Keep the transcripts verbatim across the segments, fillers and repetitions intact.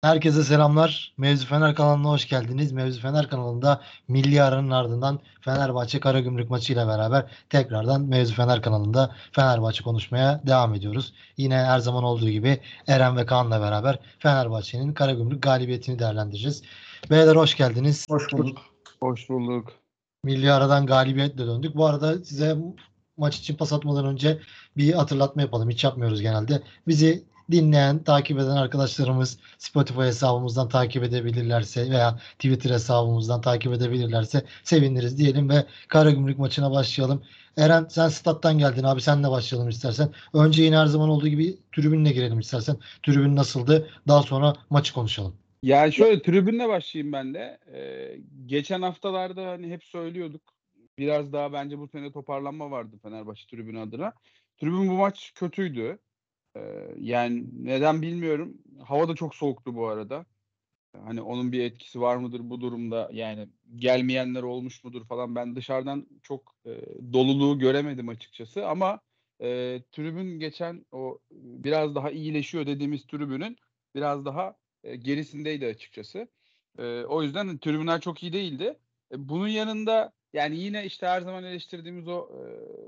Herkese selamlar. Mevzu Fener kanalına hoş geldiniz. Mevzu Fener kanalında milli aranın ardından Fenerbahçe Karagümrük maçıyla beraber tekrardan Mevzu Fener kanalında Fenerbahçe konuşmaya devam ediyoruz. Yine her zaman olduğu gibi Eren ve Kaan'la beraber Fenerbahçe'nin Karagümrük galibiyetini değerlendireceğiz. Beyler hoş geldiniz. Hoş Çok bulduk. Hoş bulduk. milli aradan galibiyetle döndük. Bu arada size maç için pas atmadan önce bir hatırlatma yapalım. Hiç yapmıyoruz genelde. Bizi dinleyen, takip eden arkadaşlarımız Spotify hesabımızdan takip edebilirlerse veya Twitter hesabımızdan takip edebilirlerse seviniriz diyelim ve Karagümrük maçına başlayalım. Eren sen stat'tan geldin abi, senle başlayalım istersen. Önce yine her zaman olduğu gibi tribünle girelim istersen. Tribün nasıldı? Daha sonra maçı konuşalım. Ya şöyle tribünle başlayayım ben de. Ee, geçen haftalarda hani hep söylüyorduk. Biraz daha bence bu sene toparlanma vardı Fenerbahçe tribünü adına. Tribün bu maç kötüydü. Ee, yani neden bilmiyorum. Hava da çok soğuktu bu arada. Hani onun bir etkisi var mıdır bu durumda? Yani gelmeyenler olmuş mudur falan. Ben dışarıdan çok e, doluluğu göremedim açıkçası. Ama e, tribün geçen o biraz daha iyileşiyor dediğimiz tribünün biraz daha e, gerisindeydi açıkçası. E, o yüzden tribünler çok iyi değildi. E, bunun yanında yani yine işte her zaman eleştirdiğimiz o e,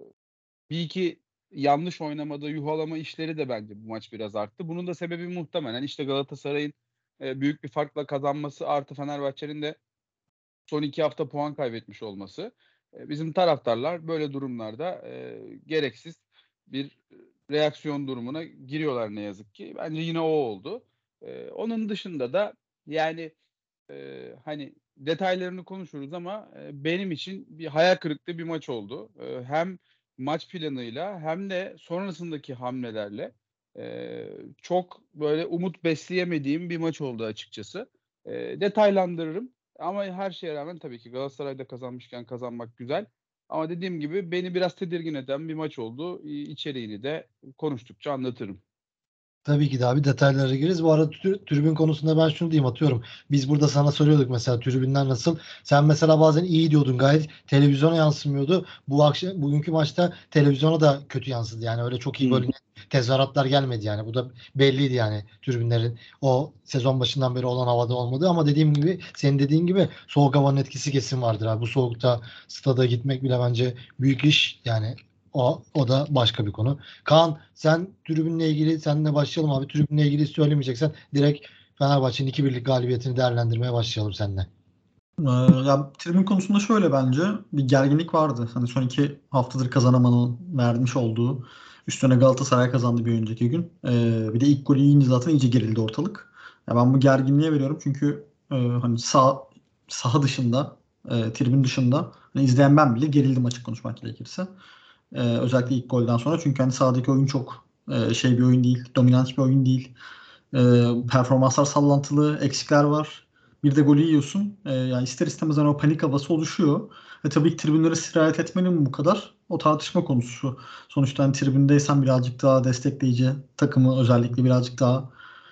bir iki yanlış oynamada yuhalama işleri de bence bu maç biraz arttı. Bunun da sebebi muhtemelen işte Galatasaray'ın e, büyük bir farkla kazanması artı Fenerbahçe'nin de son iki hafta puan kaybetmiş olması. E, bizim taraftarlar böyle durumlarda e, gereksiz bir reaksiyon durumuna giriyorlar ne yazık ki. Bence yine o oldu. E, onun dışında da yani e, hani detaylarını konuşuruz ama e, benim için bir hayal kırıklığı bir maç oldu. E, hem maç planıyla hem de sonrasındaki hamlelerle e, çok böyle umut besleyemediğim bir maç oldu açıkçası. E, detaylandırırım ama her şeye rağmen tabii ki Galatasaray'da kazanmışken kazanmak güzel. Ama dediğim gibi beni biraz tedirgin eden bir maç oldu. İ- İçeriğini de konuştukça anlatırım. Tabii ki de abi detaylara gireriz. Bu arada tü- tribün konusunda ben şunu diyeyim, atıyorum. Biz burada sana soruyorduk mesela tribünler nasıl? Sen mesela bazen iyi diyordun, gayet televizyona yansımıyordu. Bu akşam bugünkü maçta televizyona da kötü yansıdı. Yani öyle çok iyi Hı. böyle tezahüratlar gelmedi yani. Bu da belliydi yani tribünlerin o sezon başından beri olan havada olmadı, ama dediğim gibi senin dediğin gibi soğuk havanın etkisi kesin vardır abi. Bu soğukta stada gitmek bile bence büyük iş. Yani o, o da başka bir konu. Kaan sen tribünle ilgili seninle başlayalım abi. Tribünle ilgili söylemeyeceksen direkt Fenerbahçe'nin iki birlik galibiyetini değerlendirmeye başlayalım seninle. Ee, ya tribün konusunda şöyle bence bir gerginlik vardı. Hani son iki haftadır kazanamanın vermiş olduğu. Üstüne Galatasaray kazandı bir önceki gün. Ee, bir de ilk golü yiyince zaten iyice gerildi ortalık. Ya ben bu gerginliğe veriyorum çünkü e, hani sağ saha dışında, e, tribün dışında hani izleyen ben bile gerildim açık konuşmak gerekirse. Ee, özellikle ilk golden sonra çünkü hani sahadaki oyun çok e, şey bir oyun değil, dominant bir oyun değil. Ee, performanslar sallantılı, eksikler var. Bir de golü yiyorsun. Ee, yani ister istemez hani o panik havası oluşuyor. Ve tabii ki tribünlere sirayet etmeli mi bu kadar? O tartışma konusu. Sonuçta hani tribündeysen birazcık daha destekleyici, takımı özellikle birazcık daha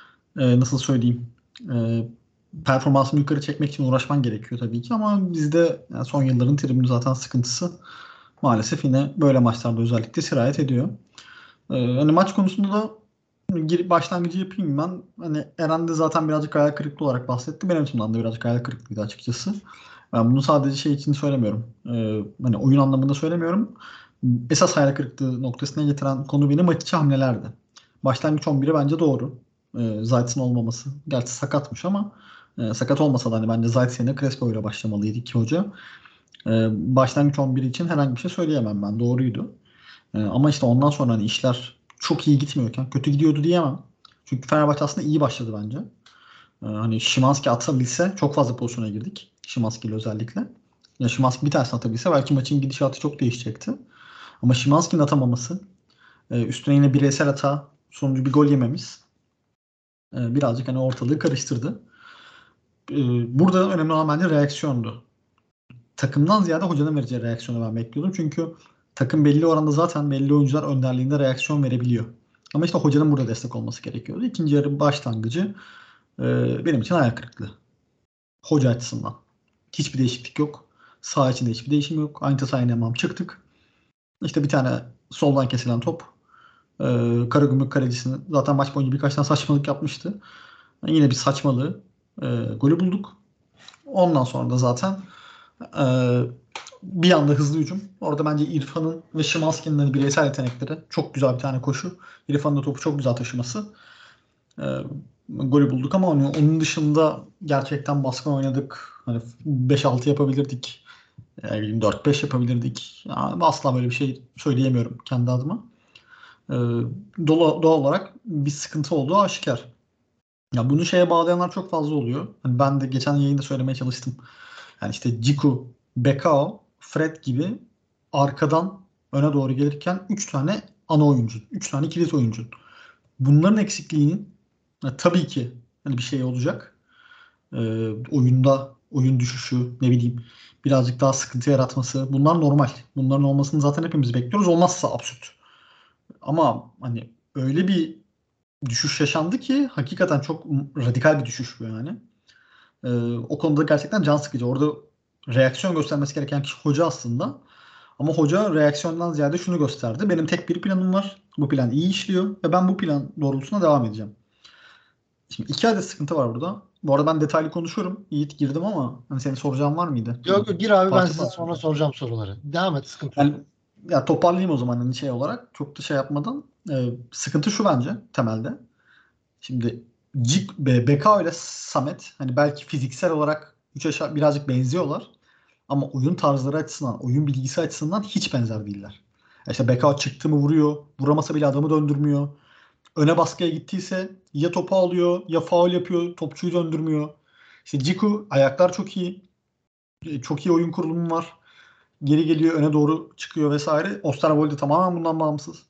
e, nasıl söyleyeyim e, performansını yukarı çekmek için uğraşman gerekiyor tabii ki. Ama bizde yani son yılların tribünü zaten sıkıntısı maalesef yine böyle maçlarda özellikle sirayet ediyor. Ee, hani maç konusunda da gir, başlangıcı yapayım ben. Hani Eren de zaten birazcık hayal kırıklığı olarak bahsetti. Benim açımdan da birazcık hayal kırıklığıydı açıkçası. Ben bunu sadece şey için söylemiyorum. Ee, hani oyun anlamında söylemiyorum. Esas hayal kırıklığı noktasına getiren konu beni maç içi hamlelerdi. Başlangıç on biri bence doğru. Ee, Zayt'ın olmaması. Gerçi sakatmış ama e, sakat olmasa da hani bence Zayt yerine Crespo ile başlamalıydı iki hoca. Ee, başlangıç on biri için herhangi bir şey söyleyemem ben. Doğruydu. Ee, ama işte ondan sonra hani işler çok iyi gitmiyorken kötü gidiyordu diyemem. Çünkü Fenerbahçe aslında iyi başladı bence. Ee, hani Szymański atabilse çok fazla pozisyona girdik. Szymański ile özellikle. Ya Szymański bir tanesini atabilse belki maçın gidişatı çok değişecekti. Ama Szymański'nin atamaması, e, üstüne yine bireysel hata, sonucu bir gol yememiz e, birazcık hani ortalığı karıştırdı. E, Burada önemli olan bence reaksiyondu. Takımdan ziyade hocanın vereceği reaksiyonu ben bekliyordum. Çünkü takım belli oranda zaten belli oyuncular önderliğinde reaksiyon verebiliyor. Ama işte hocanın burada destek olması gerekiyordu. İkinci yarı başlangıcı e, benim için hayal kırıklığı. Hoca açısından. Hiçbir değişiklik yok. Saha içinde hiçbir değişim yok. Aynı Saynemam çıktık. İşte bir tane soldan kesilen top. E, Karagümrük kalecisini zaten maç boyunca birkaç tane saçmalık yapmıştı. Yani yine bir saçmalığı. E, golü bulduk. Ondan sonra da zaten e, bir anda hızlı hücum. Orada bence İrfan'ın ve Szymański'nin hani bireysel yetenekleri. Çok güzel bir tane koşu. İrfan'ın da topu çok güzel taşıması. E, golü bulduk ama onu, onun dışında gerçekten baskın oynadık. Hani beş altı yapabilirdik. Yani dört beş yapabilirdik. Yani asla böyle bir şey söyleyemiyorum kendi adıma. E, doğal, doğal olarak bir sıkıntı olduğu aşikar. Ya bunu şeye bağlayanlar çok fazla oluyor. Hani ben de geçen yayında söylemeye çalıştım. Yani işte Ciku, Bekao, Fred gibi arkadan öne doğru gelirken üç tane ana oyuncu, üç tane kilit oyuncu. Bunların eksikliğinin ya tabii ki hani bir şey olacak. Ee, oyunda oyun düşüşü, ne bileyim, birazcık daha sıkıntı yaratması, bunlar normal. Bunların olmasını zaten hepimiz bekliyoruz. Olmazsa absürt. Ama hani öyle bir düşüş yaşandı ki hakikaten çok radikal bir düşüş bu yani. Ee, o konuda gerçekten can sıkıcı. Orada reaksiyon göstermesi gereken kişi hoca aslında. Ama hoca reaksiyondan ziyade şunu gösterdi. Benim tek bir planım var. Bu plan iyi işliyor ve ben bu plan doğrultusunda devam edeceğim. Şimdi iki adet sıkıntı var burada. Bu arada ben detaylı konuşuyorum. Yiğit girdim ama hani senin soracağın var mıydı? Yok yok, gir abi, ben Parça size parça. sonra soracağım soruları. Devam et, sıkıntı yok. Yani ya toparlayayım o zaman hani şey olarak. Çok da şey yapmadan. Ee, sıkıntı şu bence temelde. Şimdi Cik, Be- Bekao ile Samet hani belki fiziksel olarak üç aşağı birazcık benziyorlar. Ama oyun tarzları açısından, oyun bilgisi açısından hiç benzer değiller. İşte Bekao çıktı mı vuruyor, vuramasa bile adamı döndürmüyor. Öne baskıya gittiyse ya topu alıyor ya faul yapıyor, topçuyu döndürmüyor. İşte Ciku ayaklar çok iyi. e, Çok iyi oyun kurulumu var. Geri geliyor, öne doğru çıkıyor vesaire. Osterwolde tamamen bundan bağımsız.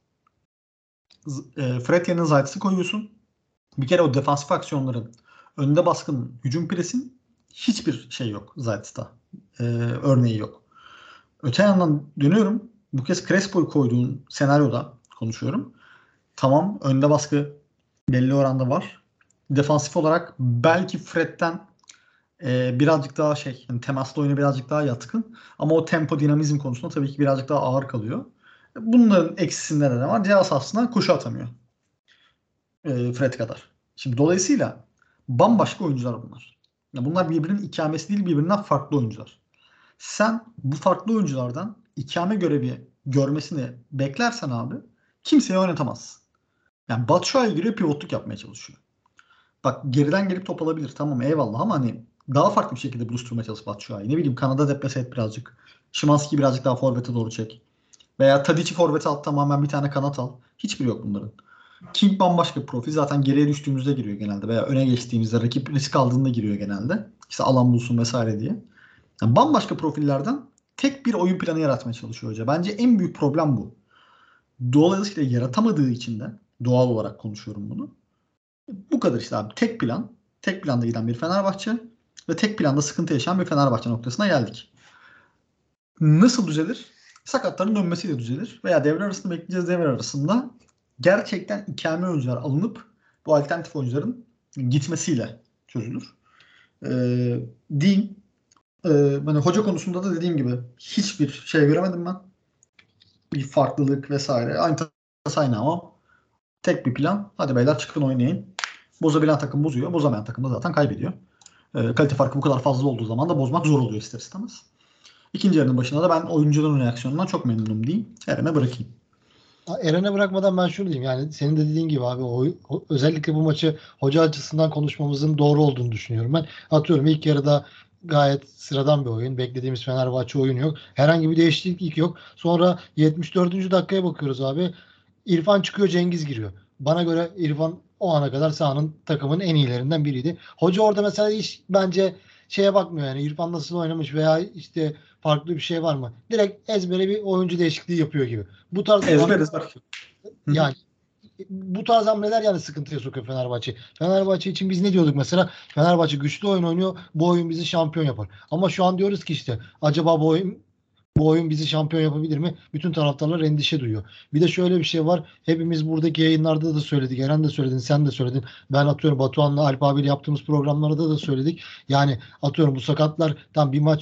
Z- e, Fred yerine Zayt'sı koyuyorsun. Bir kere o defansif aksiyonların, önde baskının, hücum presin hiçbir şey yok Zayt'sta. E, örneği yok. Öte yandan dönüyorum. Bu kez Crespo'yu koyduğun senaryoda konuşuyorum. Tamam, önde baskı belli oranda var. Defansif olarak belki Fred'den e, birazcık daha şey, yani temaslı oyuna birazcık daha yatkın. Ama o tempo dinamizm konusunda tabii ki birazcık daha ağır kalıyor. Bunların eksisinde de ne var? Cihaz aslında koşu atamıyor. E, Fred kadar. Şimdi dolayısıyla bambaşka oyuncular bunlar. Ya bunlar birbirinin ikamesi değil, birbirinden farklı oyuncular. Sen bu farklı oyunculardan ikame görevi görmesini beklersen abi kimseyi oynatamazsın. Yani Batshuayi giriyor, pivotluk yapmaya çalışıyor. Bak geriden gelip top alabilir, tamam eyvallah, ama hani daha farklı bir şekilde buluşturmaya çalış Batshuayi. Ne bileyim, kanada deplase et birazcık. Szymański birazcık daha forvete doğru çek. Veya Tadic'i forvete at, tamamen bir tane kanat al. Hiçbiri yok bunların. King bambaşka bir profil. Zaten geriye düştüğümüzde giriyor genelde. Veya öne geçtiğimizde, rakip risk aldığında giriyor genelde. İşte alan bulsun vesaire diye. Yani bambaşka profillerden tek bir oyun planı yaratmaya çalışıyor hoca. Bence en büyük problem bu. Dolayısıyla yaratamadığı için de, doğal olarak konuşuyorum bunu. Bu kadar işte abi. Tek plan. Tek planda giden bir Fenerbahçe ve tek planda sıkıntı yaşayan bir Fenerbahçe noktasına geldik. Nasıl düzelir? Sakatların dönmesiyle düzelir. Veya devre arasında bekleyeceğiz, devre arasında gerçekten ikame oyuncular alınıp bu alternatif oyuncuların gitmesiyle çözülür. Ee, diyeyim. Ee, hani hoca konusunda da dediğim gibi hiçbir şey göremedim ben. Bir farklılık vesaire. Aynı tas aynı ama tek bir plan. Hadi beyler çıkın oynayın. Bozabilen takım bozuyor. Bozamayan takım da zaten kaybediyor. Ee, kalite farkı bu kadar fazla olduğu zaman da bozmak zor oluyor ister istemez. İkinci yarının başında da ben oyuncuların reaksiyonundan çok memnunum diyeyim. Eren'e bırakayım. Eren'e bırakmadan ben şunu diyeyim. Yani senin de dediğin gibi abi, o, o- özellikle bu maçı hoca açısından konuşmamızın doğru olduğunu düşünüyorum ben. Atıyorum, ilk yarıda gayet sıradan bir oyun. Beklediğimiz Fenerbahçe oyunu yok. Herhangi bir değişiklik yok. Sonra yetmiş dördüncü dakikaya bakıyoruz abi. İrfan çıkıyor, Cengiz giriyor. Bana göre İrfan o ana kadar sahanın, takımın en iyilerinden biriydi. Hoca orada mesela hiç bence şeye bakmıyor, yani İrfan nasıl oynamış veya işte farklı bir şey var mı? Direkt ezbere bir oyuncu değişikliği yapıyor gibi. Bu tarz Ezber ezber. yani bu tarz hamleler yani sıkıntıya sokuyor Fenerbahçe. Fenerbahçe için biz ne diyorduk mesela? Fenerbahçe güçlü oyun oynuyor. Bu oyun bizi şampiyon yapar. Ama şu an diyoruz ki işte acaba bu oyun bu oyun bizi şampiyon yapabilir mi? Bütün taraftarlar endişe duyuyor. Bir de şöyle bir şey var. Hepimiz buradaki yayınlarda da söyledik. Eren de söyledin, sen de söyledin. Ben atıyorum Batuhan'la Alp abiyle yaptığımız programlarda da söyledik. Yani atıyorum bu sakatlar tam bir maç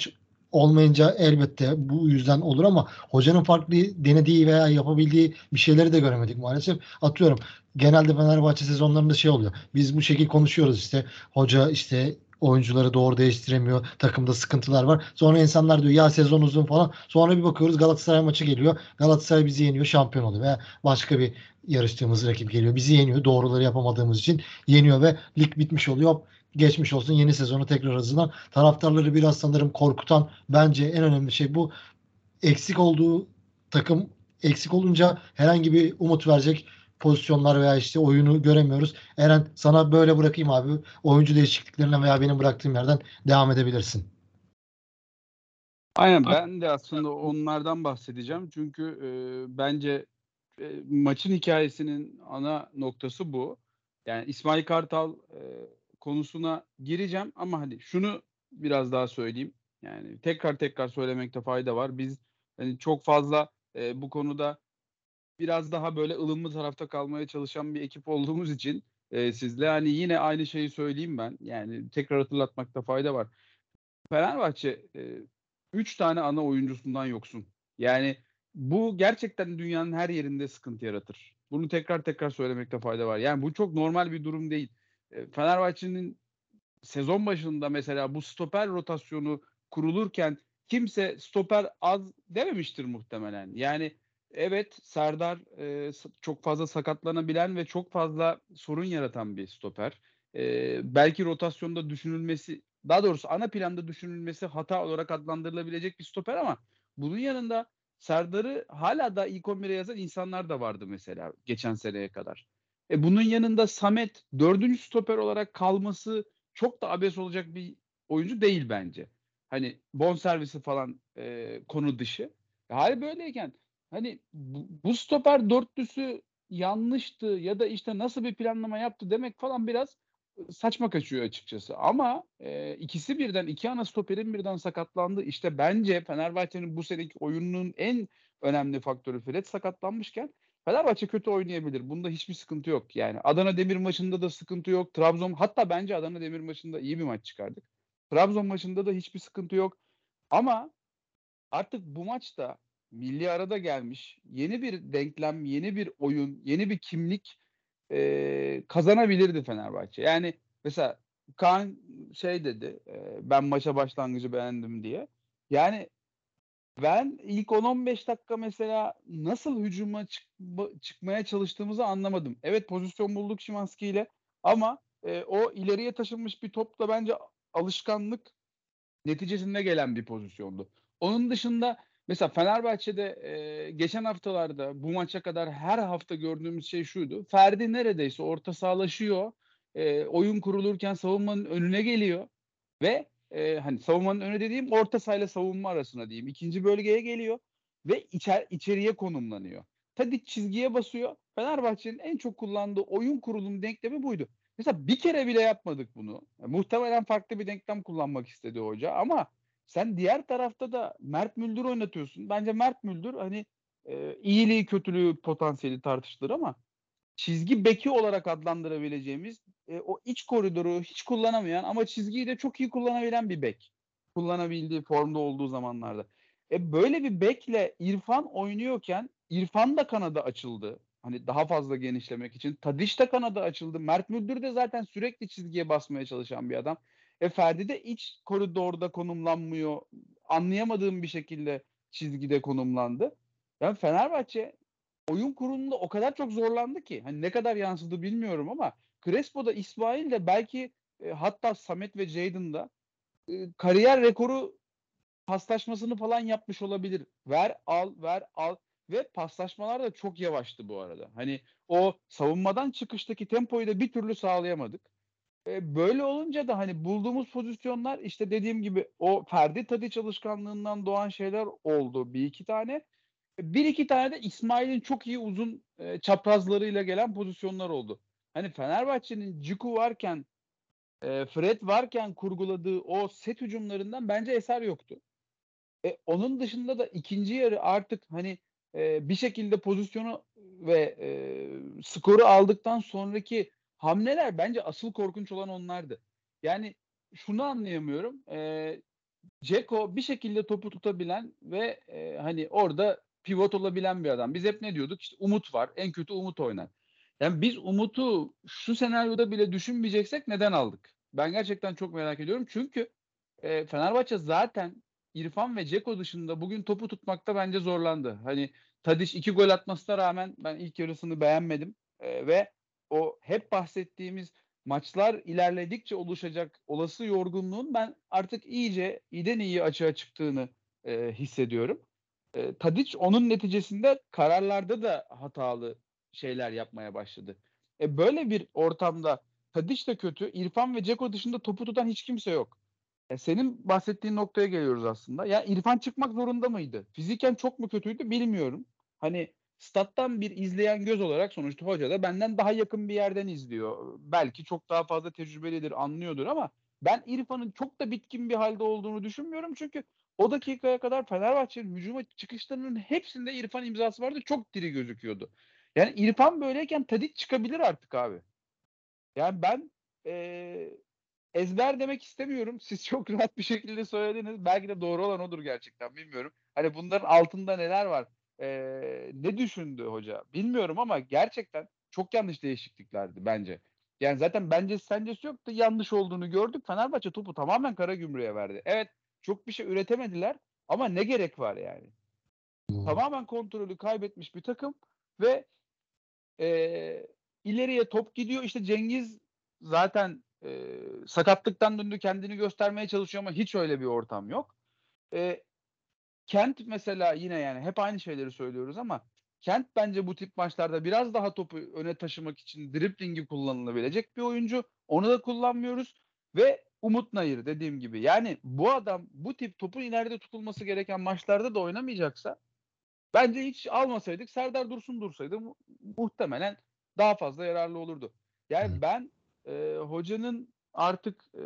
olmayınca elbette bu yüzden olur ama hocanın farklı denediği veya yapabildiği bir şeyleri de göremedik maalesef. Atıyorum genelde Fenerbahçe sezonlarında şey oluyor. Biz bu şekilde konuşuyoruz işte. Hoca işte oyuncuları doğru değiştiremiyor. Takımda sıkıntılar var. Sonra insanlar diyor ya sezon uzun falan. Sonra bir bakıyoruz Galatasaray maçı geliyor. Galatasaray bizi yeniyor, şampiyon oluyor. Veya başka bir yarıştığımız rakip geliyor. Bizi yeniyor. Doğruları yapamadığımız için yeniyor ve lig bitmiş oluyor. Hop, geçmiş olsun, yeni sezonu tekrar hazırlan. Taraftarları biraz sanırım korkutan bence en önemli şey bu. Eksik olduğu takım eksik olunca herhangi bir umut verecek pozisyonlar veya işte oyunu göremiyoruz. Eren, sana böyle bırakayım abi. Oyuncu değişikliklerine veya benim bıraktığım yerden devam edebilirsin. Aynen, ben de aslında onlardan bahsedeceğim. Çünkü e, bence e, maçın hikayesinin ana noktası bu. Yani İsmail Kartal e, konusuna gireceğim ama hani şunu biraz daha söyleyeyim. Yani tekrar tekrar söylemekte fayda var. Biz hani çok fazla e, bu konuda biraz daha böyle ılımlı tarafta kalmaya çalışan bir ekip olduğumuz için e, sizle hani yine aynı şeyi söyleyeyim ben. Yani tekrar hatırlatmakta fayda var. Fenerbahçe e, üç tane ana oyuncusundan yoksun. Yani bu gerçekten dünyanın her yerinde sıkıntı yaratır. Bunu tekrar tekrar söylemekte fayda var. Yani bu çok normal bir durum değil. E, Fenerbahçe'nin sezon başında mesela bu stoper rotasyonu kurulurken kimse stoper az dememiştir muhtemelen. Yani evet, Serdar e, çok fazla sakatlanabilen ve çok fazla sorun yaratan bir stoper. E, belki rotasyonda düşünülmesi, daha doğrusu ana planda düşünülmesi hata olarak adlandırılabilecek bir stoper ama bunun yanında Serdar'ı hala da ilk on bire yazan insanlar da vardı mesela geçen seneye kadar. E bunun yanında Samet dördüncü stoper olarak kalması çok da abes olacak bir oyuncu değil bence. Hani bonservisi falan e, konu dışı. E, hali böyleyken hani bu, bu stoper dörtlüsü yanlıştı ya da işte nasıl bir planlama yaptı demek falan biraz saçma kaçıyor açıkçası. Ama e, ikisi birden, iki ana stoperin birden sakatlandı. İşte bence Fenerbahçe'nin bu seneki oyununun en önemli faktörü Fred sakatlanmışken Fenerbahçe kötü oynayabilir. Bunda hiçbir sıkıntı yok. Yani Adana Demir maçında da sıkıntı yok. Trabzon, hatta bence Adana Demir maçında iyi bir maç çıkardık. Trabzon maçında da hiçbir sıkıntı yok. Ama artık bu maçta milli arada gelmiş yeni bir denklem, yeni bir oyun, yeni bir kimlik e, kazanabilirdi Fenerbahçe. Yani mesela Kaan şey dedi, e, ben maça başlangıcı beğendim diye. Yani ben ilk on on beş dakika mesela nasıl hücuma çıkma, çıkmaya çalıştığımızı anlamadım. Evet, pozisyon bulduk Szymański ile ama e, o ileriye taşınmış bir top da bence alışkanlık neticesinde gelen bir pozisyondu. Onun dışında mesela Fenerbahçe'de e, geçen haftalarda bu maça kadar her hafta gördüğümüz şey şuydu. Ferdi neredeyse orta sahalaşıyor. E, oyun kurulurken savunmanın önüne geliyor ve e, hani savunmanın önü dediğim orta sahayla savunma arasına diyeyim. İkinci bölgeye geliyor ve içer, içeriye konumlanıyor. Tadic çizgiye basıyor. Fenerbahçe'nin en çok kullandığı oyun kurulum denklemi buydu. Mesela bir kere bile yapmadık bunu. Muhtemelen farklı bir denklem kullanmak istedi hoca ama sen diğer tarafta da Mert Müldür oynatıyorsun. Bence Mert Müldür hani e, iyiliği kötülüğü potansiyeli tartışılır ama çizgi beki olarak adlandırabileceğimiz e, o iç koridoru hiç kullanamayan ama çizgiyi de çok iyi kullanabilen bir bek. Kullanabildiği formda olduğu zamanlarda. E böyle bir bekle İrfan oynuyorken İrfan da kanadı açıldı. Hani daha fazla genişlemek için. Tadiç de kanadı açıldı. Mert Müldür de zaten sürekli çizgiye basmaya çalışan bir adam. E Ferdi de iç koridorda konumlanmıyor. Anlayamadığım bir şekilde çizgide konumlandı. Yani Fenerbahçe oyun kurulumunda o kadar çok zorlandı ki hani ne kadar yansıdı bilmiyorum ama Crespo'da, İsmail'de belki e, hatta Samet ve Jadon'da e, kariyer rekoru paslaşmasını falan yapmış olabilir. Ver al ver al ve paslaşmalar da çok yavaştı bu arada. Hani o savunmadan çıkıştaki tempoyu da bir türlü sağlayamadık. E, böyle olunca da hani bulduğumuz pozisyonlar işte dediğim gibi o Ferdi Tadiç alışkanlığından doğan şeyler oldu. Bir iki tane. Bir iki tane de İsmail'in çok iyi uzun e, çaprazlarıyla gelen pozisyonlar oldu. Hani Fenerbahçe'nin Ciku varken, e, Fred varken kurguladığı o set hücumlarından bence eser yoktu. E, onun dışında da ikinci yarı artık hani e, bir şekilde pozisyonu ve e, skoru aldıktan sonraki hamleler bence asıl korkunç olan onlardı. Yani şunu anlayamıyorum. E, Dzeko bir şekilde topu tutabilen ve e, hani orada pivot olabilen bir adam. Biz hep ne diyorduk? İşte Umut var. En kötü Umut oynar. Yani biz Umut'u şu senaryoda bile düşünmeyeceksek neden aldık? Ben gerçekten çok merak ediyorum. Çünkü e, Fenerbahçe zaten İrfan ve Dzeko dışında bugün topu tutmakta bence zorlandı. Hani Tadić iki gol atmasına rağmen ben ilk yarısını beğenmedim. E, ve o hep bahsettiğimiz maçlar ilerledikçe oluşacak olası yorgunluğun ben artık iyice iyiden iyi açığa çıktığını e, hissediyorum. E, Tadić onun neticesinde kararlarda da hatalı şeyler yapmaya başladı. E, böyle bir ortamda Tadić de kötü, İrfan ve Dzeko dışında topu tutan hiç kimse yok. E, senin bahsettiğin noktaya geliyoruz aslında. Ya İrfan çıkmak zorunda mıydı? Fiziken çok mu kötüydü bilmiyorum. Hani stat'tan bir izleyen göz olarak sonuçta hoca da benden daha yakın bir yerden izliyor. Belki çok daha fazla tecrübelidir, anlıyordur ama ben İrfan'ın çok da bitkin bir halde olduğunu düşünmüyorum. Çünkü o dakikaya kadar Fenerbahçe'nin hücuma çıkışlarının hepsinde İrfan imzası vardı. Çok diri gözüküyordu. Yani İrfan böyleyken Tadić çıkabilir artık abi. Yani ben eee, ezber demek istemiyorum. Siz çok rahat bir şekilde söylediniz. Belki de doğru olan odur gerçekten. Bilmiyorum. Hani bunların altında neler var? Eee, ne düşündü hoca? Bilmiyorum ama gerçekten çok yanlış değişikliklerdi bence. Yani zaten bence sencesi yoktu. Yanlış olduğunu gördük. Fenerbahçe topu tamamen Karagümrük'e verdi. Evet, çok bir şey üretemediler ama ne gerek var yani? Hmm. Tamamen kontrolü kaybetmiş bir takım ve eee, ileriye top gidiyor. İşte Cengiz zaten eee, sakatlıktan döndü, kendini göstermeye çalışıyor ama hiç öyle bir ortam yok. Eee, Kent mesela yine yani hep aynı şeyleri söylüyoruz ama Kent bence bu tip maçlarda biraz daha topu öne taşımak için driblingi kullanılabilecek bir oyuncu. Onu da kullanmıyoruz ve Umut Nayır dediğim gibi. Yani bu adam bu tip topun ileride tutulması gereken maçlarda da oynamayacaksa bence hiç almasaydık Serdar Dursun dursaydı mu- muhtemelen daha fazla yararlı olurdu. Hmm. Yani ben e, hocanın artık e,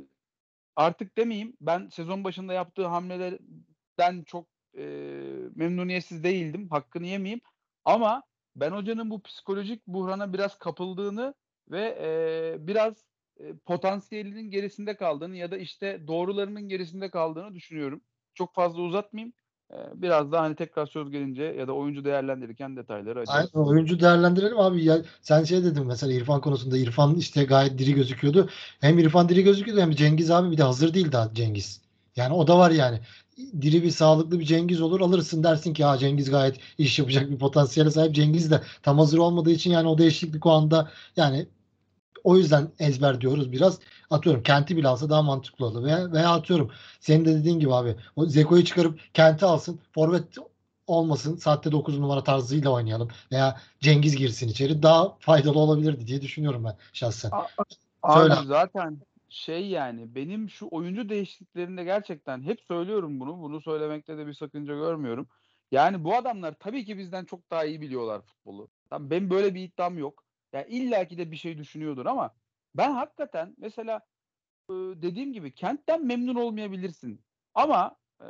artık demeyeyim ben sezon başında yaptığı hamlelerden çok e, memnuniyetsiz değildim. Hakkını yemeyeyim. Ama ben hocanın bu psikolojik buhrana biraz kapıldığını ve e, biraz e, potansiyelinin gerisinde kaldığını ya da işte doğrularının gerisinde kaldığını düşünüyorum. Çok fazla uzatmayayım. E, biraz daha hani tekrar söz gelince ya da oyuncu değerlendirirken detayları Aynen, açarız. oyuncu değerlendirelim abi. Ya, sen şey dedin mesela İrfan konusunda. İrfan işte gayet diri gözüküyordu. Hem İrfan diri gözüküyordu hem Cengiz abi bir de hazır değil daha Cengiz. Yani o da var yani. Diri bir sağlıklı bir Cengiz olur alırsın dersin ki ha Cengiz gayet iş yapacak bir potansiyele sahip. Cengiz de tam hazır olmadığı için yani o değişiklik o anda yani o yüzden ezber diyoruz biraz. Atıyorum Kent'i bile alsa daha mantıklı olur. Veya, veya atıyorum senin de dediğin gibi abi o Zeko'yu çıkarıp Kent'i alsın. Forvet olmasın. Saatte dokuz numara tarzıyla oynayalım. Veya Cengiz girsin içeri. Daha faydalı olabilirdi diye düşünüyorum ben şahsen. A- Söyle Abi abi. zaten şey yani benim şu oyuncu değişikliklerinde gerçekten hep söylüyorum bunu. Bunu söylemekte de bir sakınca görmüyorum. Yani bu adamlar tabii ki bizden çok daha iyi biliyorlar futbolu. Tamam, benim böyle bir iddiam yok. Ya illaki de bir şey düşünüyordur ama ben hakikaten mesela e, dediğim gibi Kent'ten memnun olmayabilirsin. Ama e,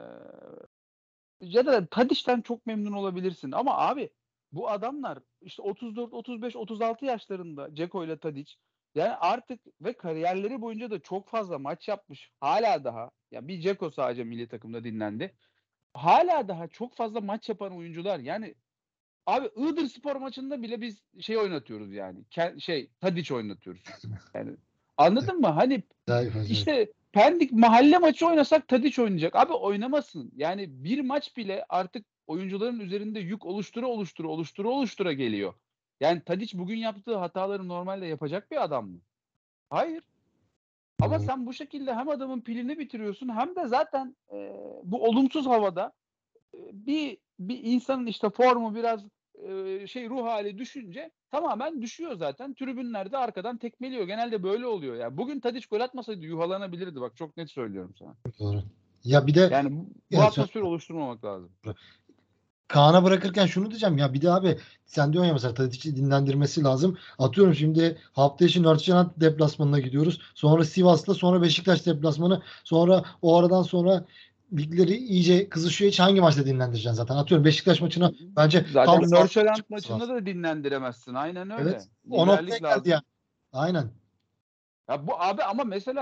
ya da Tadiç'ten çok memnun olabilirsin. Ama abi bu adamlar işte otuz dört, otuz beş, otuz altı yaşlarında Dzeko ile Tadiç. Yani artık ve kariyerleri boyunca da çok fazla maç yapmış. Hala daha ya bir Dzeko sadece milli takımda dinlendi. Hala daha çok fazla maç yapan oyuncular. Yani abi Iğdırspor maçında bile biz şey oynatıyoruz yani. Ke- şey Tadiç oynatıyoruz. Yani anladın mı? Hani Daha ifade- işte Pendik mahalle maçı oynasak Tadiç oynayacak. Abi oynamasın. Yani bir maç bile artık oyuncuların üzerinde yük oluştura oluştura oluştura oluştura geliyor. Yani Tadiç bugün yaptığı hataları normalde yapacak bir adam mı? Hayır. Ama sen bu şekilde hem adamın pilini bitiriyorsun hem de zaten e, bu olumsuz havada e, bir bir insanın işte formu biraz e, şey ruh hali düşünce tamamen düşüyor zaten. Tribünlerde arkadan tekmeliyor. Genelde böyle oluyor. Yani bugün Tadiç gol atmasaydı yuhalanabilirdi. Bak çok net söylüyorum sana. Doğru. Ya bir de Yani bu, bu ya söyle. atmosferi oluşturmamak lazım. Kaan'a bırakırken şunu diyeceğim ya bir de abi sen diyorsun ya mesela Tadic'i dinlendirmesi lazım. Atıyorum şimdi hafta içi Nordsjælland deplasmanına gidiyoruz. Sonra Sivas'la sonra Beşiktaş deplasmanı. Sonra o aradan sonra ligleri iyice kızışıyor. Hiç hangi maçta dinlendireceksin zaten? Atıyorum Beşiktaş maçına bence halı Zaten sahada Nordsjælland çıkması maçında lazım. da dinlendiremezsin. Aynen Evet. öyle. O noktaya Liderlik geldi yani. lazım. Aynen. Ya bu abi ama mesela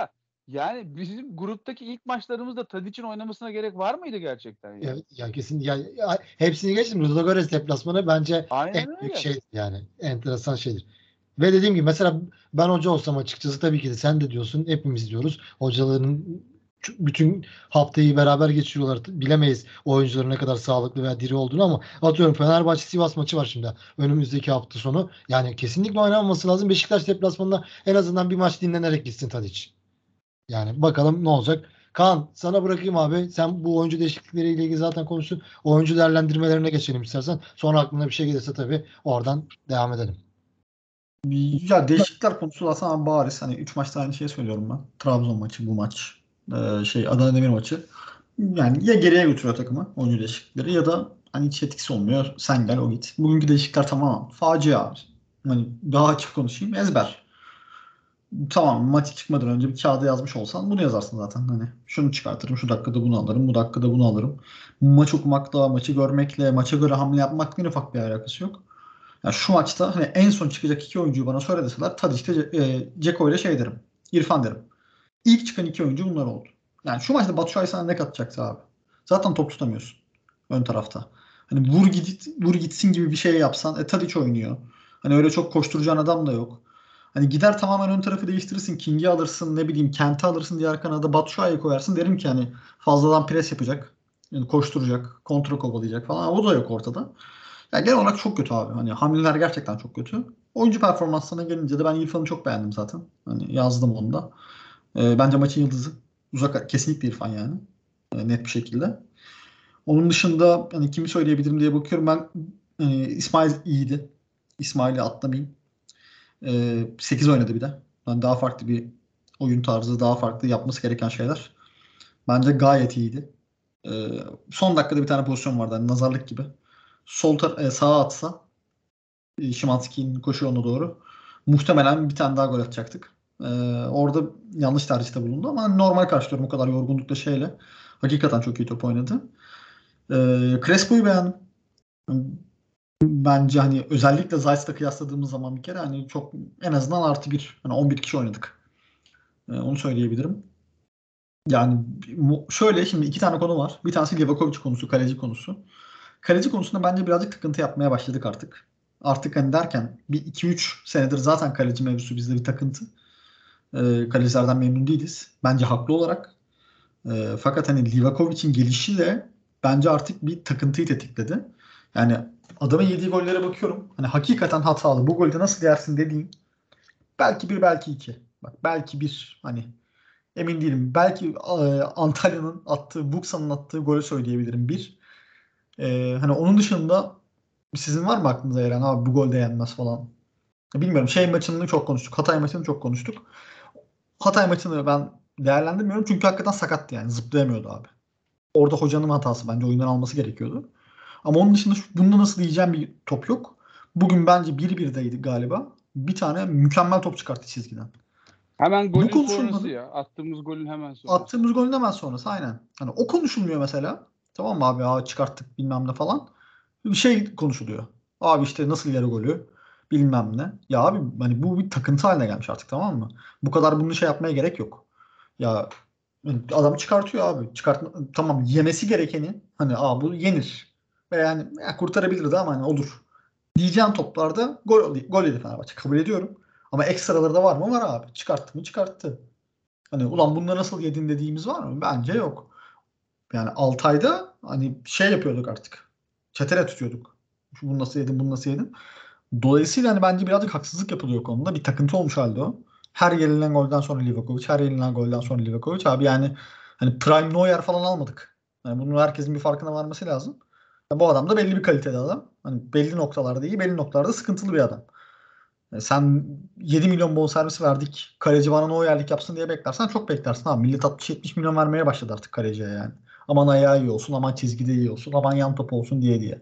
Yani bizim gruptaki ilk maçlarımızda Tadic'in oynamasına gerek var mıydı gerçekten yani? Evet, ya kesin ya, ya hepsini geçtim. Ludogorets deplasmanı bence en Aynen büyük öyle. şey yani. Enteresan şeydir. Ve dediğim gibi mesela ben hoca olsam açıkçası tabii ki de sen de diyorsun, hepimiz diyoruz. Hocaların ç- bütün haftayı beraber geçiriyorlar. Bilemeyiz oyuncuların ne kadar sağlıklı veya diri olduğunu ama atıyorum Fenerbahçe Sivas maçı var şimdi önümüzdeki hafta sonu. Yani kesinlikle oynanmaması lazım. Beşiktaş deplasmanında en azından bir maç dinlenerek gitsin Tadic. Yani bakalım ne olacak. Kaan sana bırakayım abi. Sen bu oyuncu değişiklikleriyle ilgili zaten konuştun. Oyuncu değerlendirmelerine geçelim istersen. Sonra aklına bir şey gelirse tabii oradan devam edelim. Ya değişiklikler konusu zaten bariz. Hani üç maçta aynı şeyi söylüyorum ben. Trabzon maçı, bu maç. Ee, şey Adana Demir maçı. Yani ya geriye götürüyor takımı oyuncu değişiklikleri ya da hani hiç etkisi olmuyor. Sen gel o git. Bugünkü değişiklikler tamamen facia abi. Hani daha açık konuşayım. Ezber. Tamam, maçı çıkmadan önce bir kağıda yazmış olsan bunu yazarsın zaten. Hani şunu çıkartırım, şu dakikada bunu alırım, bu dakikada bunu alırım. Maç okumakla, maçı görmekle, maça göre hamle yapmakla en ufak bir alakası yok. Ya şu maçta hani en son çıkacak iki oyuncuyu bana söyle deseler Tadic'te e, Dzeko ile şey derim. İrfan derim. İlk çıkan iki oyuncu bunlar oldu. Yani şu maçta Batu Şahin sana ne katacaktı abi? Zaten top tutamıyorsun ön tarafta. Hani vur git vur gitsin gibi bir şey yapsan e Tadic oynuyor. Hani öyle çok koşturacağın adam da yok. Hani gider tamamen ön tarafı değiştirirsin. King'i alırsın, ne bileyim Kent'i alırsın, diğer kanada Batu Şahin'i koyarsın. Derim ki hani fazladan pres yapacak. Yani koşturacak, kontra kovalayacak falan. O da yok ortada. Yani genel olarak çok kötü abi. Hani hamleler gerçekten çok kötü. Oyuncu performanslarına gelince de ben İrfan'ı çok beğendim zaten. Hani yazdım onu da. Ee, bence maçın yıldızı. Uzak kesinlikle İrfan yani. Ee, net bir şekilde. Onun dışında hani kimi söyleyebilirim diye bakıyorum ben. e, İsmail iyiydi. İsmail'i atlamayayım. Ee, sekiz oynadı bir de. Yani daha farklı bir oyun tarzı, daha farklı yapması gereken şeyler. Bence gayet iyiydi. Ee, son dakikada bir tane pozisyon vardı. Hani nazarlık gibi. Sol tar- e, sağa atsa e, Szymański'nin koşu yoluna doğru muhtemelen bir tane daha gol atacaktık. Ee, orada yanlış tercihte bulundu ama normal karşılıyorum o kadar yorgunlukla şeyle. Hakikaten çok iyi top oynadı. Ee, Crespo'yu beğendim. Bence hani özellikle Zayt'la kıyasladığımız zaman bir kere hani çok en azından artı bir. Hani on bir kişi oynadık. Ee, onu söyleyebilirim. Yani mu- şöyle şimdi iki tane konu var. Bir tanesi Livakovic konusu, kaleci konusu. Kaleci konusunda bence birazcık takıntı yapmaya başladık artık. Artık hani derken bir iki üç senedir zaten kaleci mevzusu bizde bir takıntı. Ee, kalecilerden memnun değiliz. Bence haklı olarak. Ee, fakat hani Livakovic'in gelişi de bence artık bir takıntıyı tetikledi. Yani adamın yediği gollere bakıyorum. Hani hakikaten hatalı. Bu golde nasıl yersin dediğin. Belki bir, belki iki. Bak belki bir. Hani emin değilim. Belki e, Antalya'nın attığı, Buksa'nın attığı golü söyleyebilirim. Bir. Ee, hani onun dışında sizin var mı aklınıza gelen abi bu gol de yenmez falan? Bilmiyorum. Şey maçını çok konuştuk. Hatay maçını çok konuştuk. Hatay maçını ben değerlendirmiyorum çünkü hakikaten sakattı yani. Zıplayamıyordu abi. Orada hocanın hatası, bence oyundan alması gerekiyordu. Ama onun dışında şu, bunda nasıl diyeceğim bir top yok. Bugün bence bir birdeydi galiba. Bir tane mükemmel top çıkarttı çizgiden. Hemen Bu golün sonrası konuşulmadı. ya. Attığımız golün hemen sonrası. Attığımız golün hemen sonrası aynen. Hani o konuşulmuyor mesela. Tamam mı abi, aa, çıkarttık bilmem ne falan. Bir şey konuşuluyor. Abi işte nasıl ileri golü bilmem ne. Ya abi hani bu bir takıntı haline gelmiş artık, tamam mı? Bu kadar bunu şey yapmaya gerek yok. Ya adam çıkartıyor abi. Çıkartma, tamam, yemesi gerekeni hani aa bu yenir. Ve yani ya kurtarabilirdi ama hani olur. Diyeceğim toplarda gol, gol yedi Fenerbahçe. Kabul ediyorum. Ama ekstraları da var mı? Var abi. Çıkarttı mı? Çıkarttı. Hani ulan bunları nasıl yedin dediğimiz var mı? Bence yok. Yani Altay'da hani şey yapıyorduk artık. Çetele tutuyorduk. Şu bunu nasıl yedin, bunu nasıl yedin. Dolayısıyla hani bence birazcık haksızlık yapılıyor konuda. Bir takıntı olmuş halde o. Her yenilen golden sonra Livakovic, her yenilen golden sonra Livakovic. Abi yani hani Prime Neuer falan almadık. Yani bunun herkesin bir farkına varması lazım. Ya bu adam da belli bir kalitede adam. Hani belli noktalarda iyi, belli noktalarda sıkıntılı bir adam. Yani sen yedi milyon bonservis verdik. Kaleci bana Neuer'lik yapsın diye beklersen çok beklersin. Ha, millet altmış yetmiş milyon vermeye başladı artık kaleciye yani. Aman ayağı iyi olsun, aman çizgide iyi olsun, aman yan top olsun diye diye.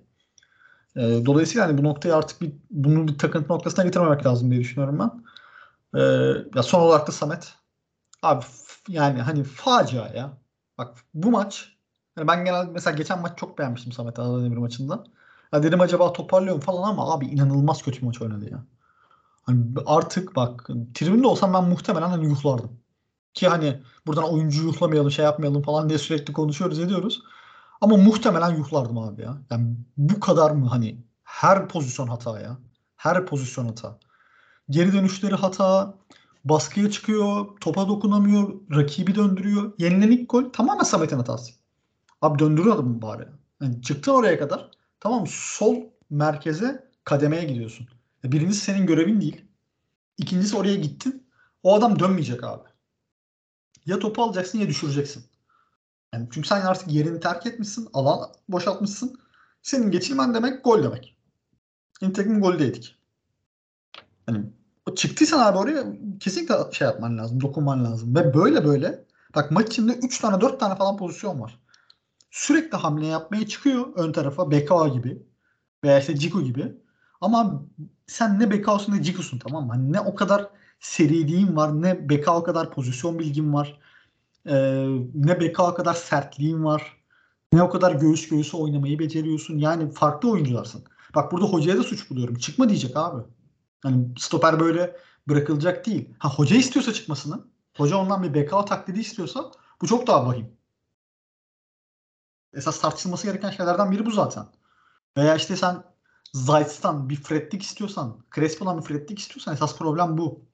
E, dolayısıyla hani bu noktayı artık bir, bunu bir takıntı noktasına getirmemek lazım diye düşünüyorum ben. E, ya son olarak da Samet. Abi f- yani hani facia ya. Bak bu maç, hani ben genelde mesela geçen maç çok beğenmiştim Samet Alademir maçında. Ya dedim acaba toparlıyorum falan ama abi inanılmaz kötü bir maç oynadı ya. Hani artık bak tribünde olsam ben muhtemelen hani yuhlardım. Ki hani buradan oyuncuyu yuhlamayalım, şey yapmayalım falan diye sürekli konuşuyoruz, ediyoruz. Ama muhtemelen yuhlardım abi ya. Yani bu kadar mı hani her pozisyon hata ya. Her pozisyon hata. Geri dönüşleri hata. Baskıya çıkıyor. Topa dokunamıyor. Rakibi döndürüyor. Yenilen ilk gol tamamen Samet'in hatası. Abi döndürüyor adamı bari. Yani çıktın oraya kadar. Tamam mı? Sol merkeze kademeye gidiyorsun. E, Birincisi senin görevin değil. İkincisi oraya gittin. O adam dönmeyecek abi. Ya topu alacaksın ya düşüreceksin. Yani çünkü sen artık yerini terk etmişsin. Alan boşaltmışsın. Senin geçilmen demek gol demek. Nitekim gol de yedik. Hani çıktıysan abi oraya kesinlikle şey yapman lazım. Dokunman lazım. Ve böyle böyle bak maç içinde üç tane dört tane falan pozisyon var. Sürekli hamle yapmaya çıkıyor ön tarafa. Bekao gibi. Veya işte Ciku gibi. Ama sen ne Bekao'sun ne Ciku'sun, tamam mı? Hani ne o kadar seriliğin var, ne Bekao kadar pozisyon bilgin var. Ee, ne Bekao kadar sertliğin var. Ne o kadar göğüs göğüse oynamayı beceriyorsun. Yani farklı oyuncularsın. Bak burada hocaya da suç buluyorum. Çıkma diyecek abi. Hani stoper böyle bırakılacak değil. Ha hoca istiyorsa çıkmasını, hoca ondan bir Bekao taklidi istiyorsa bu çok daha vahim. Esas tartışılması gereken şeylerden biri bu zaten. Veya işte sen Zayt'tan bir Fred'lik istiyorsan, Crespo'dan bir Fred'lik istiyorsan esas problem bu.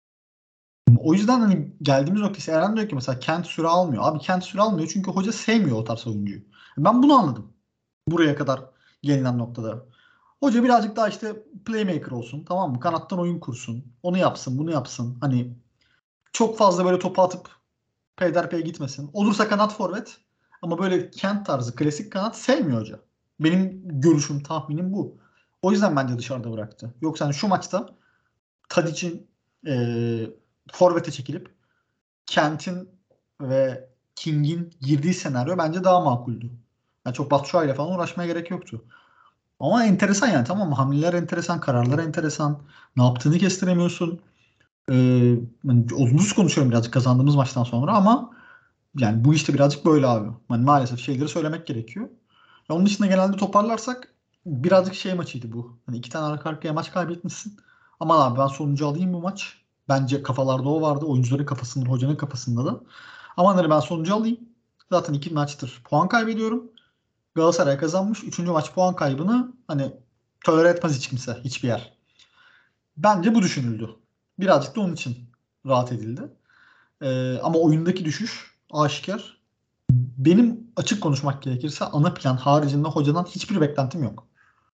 O yüzden hani geldiğimiz nokta ise Eren diyor ki mesela Kent süre almıyor. Abi Kent süre almıyor çünkü hoca sevmiyor o tarz oyuncuyu. Ben bunu anladım. Buraya kadar gelinen noktada. Hoca birazcık daha işte playmaker olsun, tamam mı? Kanattan oyun kursun. Onu yapsın, bunu yapsın. Hani çok fazla böyle topu atıp peyderpey gitmesin. Olursa kanat forvet. Ama böyle Kent tarzı klasik kanat sevmiyor hoca. Benim görüşüm, tahminim bu. O yüzden bence dışarıda bıraktı. Yoksa hani şu maçta Tadic'in e, forvete çekilip Kent'in ve King'in girdiği senaryo bence daha makuldü. Yani çok Batshuayi ile falan uğraşmaya gerek yoktu. Ama enteresan yani, tamam mı? Hamleler enteresan, kararlar enteresan. Ne yaptığını kestiremiyorsun. Ee, yani olumsuz konuşuyorum birazcık kazandığımız maçtan sonra ama yani bu işte birazcık böyle abi. Yani maalesef şeyleri söylemek gerekiyor. Ya onun dışında genelde toparlarsak birazcık şey maçıydı bu. Hani iki tane arka arkaya maç kaybetmişsin. Aman abi ben sonucu alayım bu maç. Bence kafalarda o vardı. Oyuncuların kafasında, hocanın kafasında da. Aman hani ben sonucu alayım. Zaten iki maçtır puan kaybediyorum. Galatasaray kazanmış. Üçüncü maç puan kaybını hani tolere etmez hiç kimse, hiçbir yer. Bence bu düşünüldü. Birazcık da onun için rahat edildi. Ee, ama oyundaki düşüş aşikar. Benim açık konuşmak gerekirse ana plan haricinde hocadan hiçbir beklentim yok.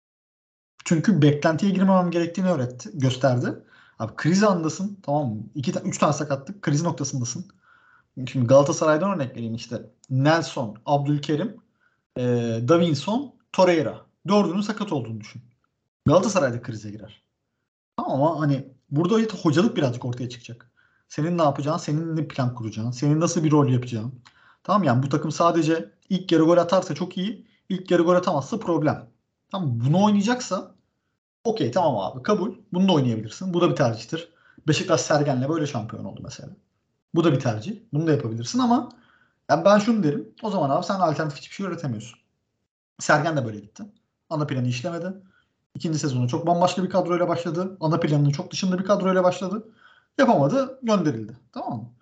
Çünkü beklentiye girmemem gerektiğini öğretti, gösterdi. Abi kriz andasın, tamam mı? İki, üç tane sakatlık, kriz noktasındasın. Şimdi Galatasaray'dan örnek vereyim işte. Nelson, Abdülkerim, e, Davinson, Torreira. Dördünün sakat olduğunu düşün. Galatasaray'da krize girer. Tamam ama hani burada hocalık birazcık ortaya çıkacak. Senin ne yapacağın, senin ne plan kuracağın, senin nasıl bir rol yapacağın. Tamam yani bu takım sadece ilk yarı gol atarsa çok iyi, ilk yarı gol atamazsa problem. Tamam bunu oynayacaksa okey, tamam abi kabul. Bunu da oynayabilirsin. Bu da bir tercihtir. Beşiktaş Sergen'le böyle şampiyon oldu mesela. Bu da bir tercih. Bunu da yapabilirsin ama yani ben şunu derim. O zaman abi sen alternatif hiçbir şey üretemiyorsun. Sergen de böyle gitti. Ana planı işlemedi. İkinci sezonu çok bambaşka bir kadroyla başladı. Ana planının çok dışında bir kadroyla başladı. Yapamadı, gönderildi. Tamam mı?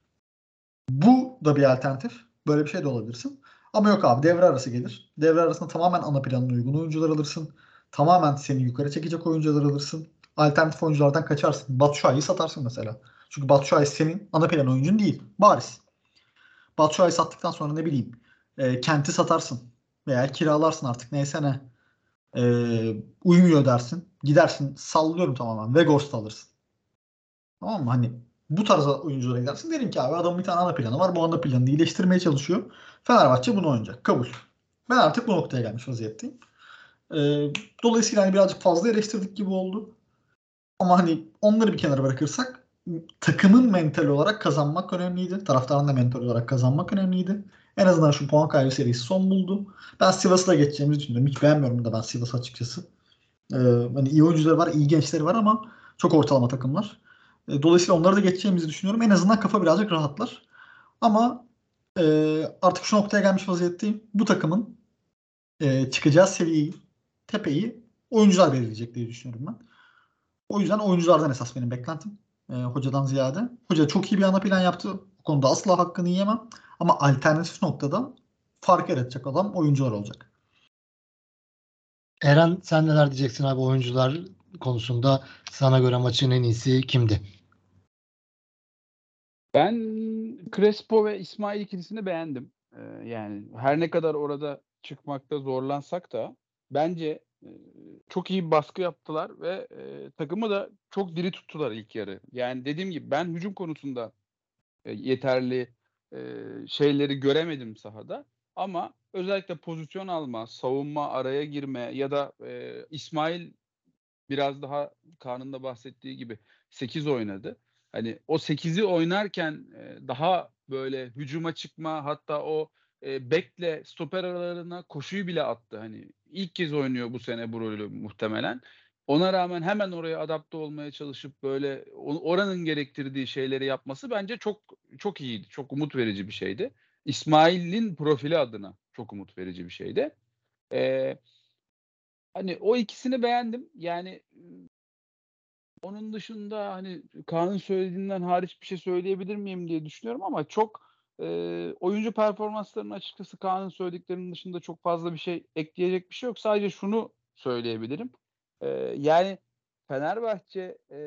Bu da bir alternatif. Böyle bir şey de olabilirsin. Ama yok abi, devre arası gelir. Devre arasında tamamen ana planına uygun oyuncular alırsın. Tamamen seni yukarı çekecek oyuncular alırsın. Alternatif oyunculardan kaçarsın. Batshuayi'yi satarsın mesela. Çünkü Batshuayi senin ana plan oyuncun değil. Bariz. Batshuayi sattıktan sonra ne bileyim e, Kent'i satarsın. Veya kiralarsın artık neyse ne. E, uymuyor dersin. Gidersin, sallıyorum tamamen. Vegors'ta alırsın. Tamam mı? Hani bu tarz oyunculara gidersin. Derim ki abi adamın bir tane ana planı var. Bu ana planını iyileştirmeye çalışıyor. Fenerbahçe bunu oynayacak. Kabul. Ben artık bu noktaya gelmiş vaziyetteyim. E, dolayısıyla hani birazcık fazla eleştirdik gibi oldu. Ama hani onları bir kenara bırakırsak takımın mental olarak kazanmak önemliydi. Taraftarın da mental olarak kazanmak önemliydi. En azından şu puan kaybı serisi son buldu. Ben Sivas'la geçeceğimizi düşünüyorum. Hiç beğenmiyorum da ben Sivas açıkçası. Ee, hani iyi oyuncuları var, iyi gençleri var ama çok ortalama takımlar. Ee, dolayısıyla onları da geçeceğimizi düşünüyorum. En azından kafa birazcık rahatlar. Ama e, artık şu noktaya gelmiş vaziyetteyim. Bu takımın e, çıkacağı seviyeyi, tepeyi oyuncular belirleyecek diye düşünüyorum ben. O yüzden oyunculardan esas benim beklentim. e, hocadan ziyade. Hoca çok iyi bir ana plan yaptı. Bu konuda asla hakkını yiyemem. Ama alternatif noktada fark yaratacak adam oyuncular olacak. Eren, sen neler diyeceksin abi oyuncular konusunda? Sana göre maçın en iyisi kimdi? Ben Crespo ve İsmail ikilisini beğendim. Ee, yani her ne kadar orada çıkmakta zorlansak da bence e, çok iyi bir baskı yaptılar ve e, takımı da çok diri tuttular ilk yarı. Yani dediğim gibi ben hücum konusunda e, yeterli e, şeyleri göremedim sahada. Ama özellikle pozisyon alma, savunma, araya girme ya da e, İsmail biraz daha Kaan'ın da bahsettiği gibi sekiz oynadı. Hani o sekizi oynarken e, daha böyle hücuma çıkma, hatta o e, bekle stoper aralarına koşuyu bile attı. Hani ilk kez oynuyor bu sene bu rolü muhtemelen. Ona rağmen hemen oraya adapte olmaya çalışıp böyle oranın gerektirdiği şeyleri yapması bence çok çok iyiydi. Çok umut verici bir şeydi. İsmail'in profili adına çok umut verici bir şeydi. Ee, Hani o ikisini beğendim. Yani onun dışında hani Kaan'ın söylediğinden hariç bir şey söyleyebilir miyim diye düşünüyorum ama çok e, oyuncu performanslarının açıkçası Kaan'ın söylediklerinin dışında çok fazla bir şey ekleyecek bir şey yok. Sadece şunu söyleyebilirim. E, yani Fenerbahçe e,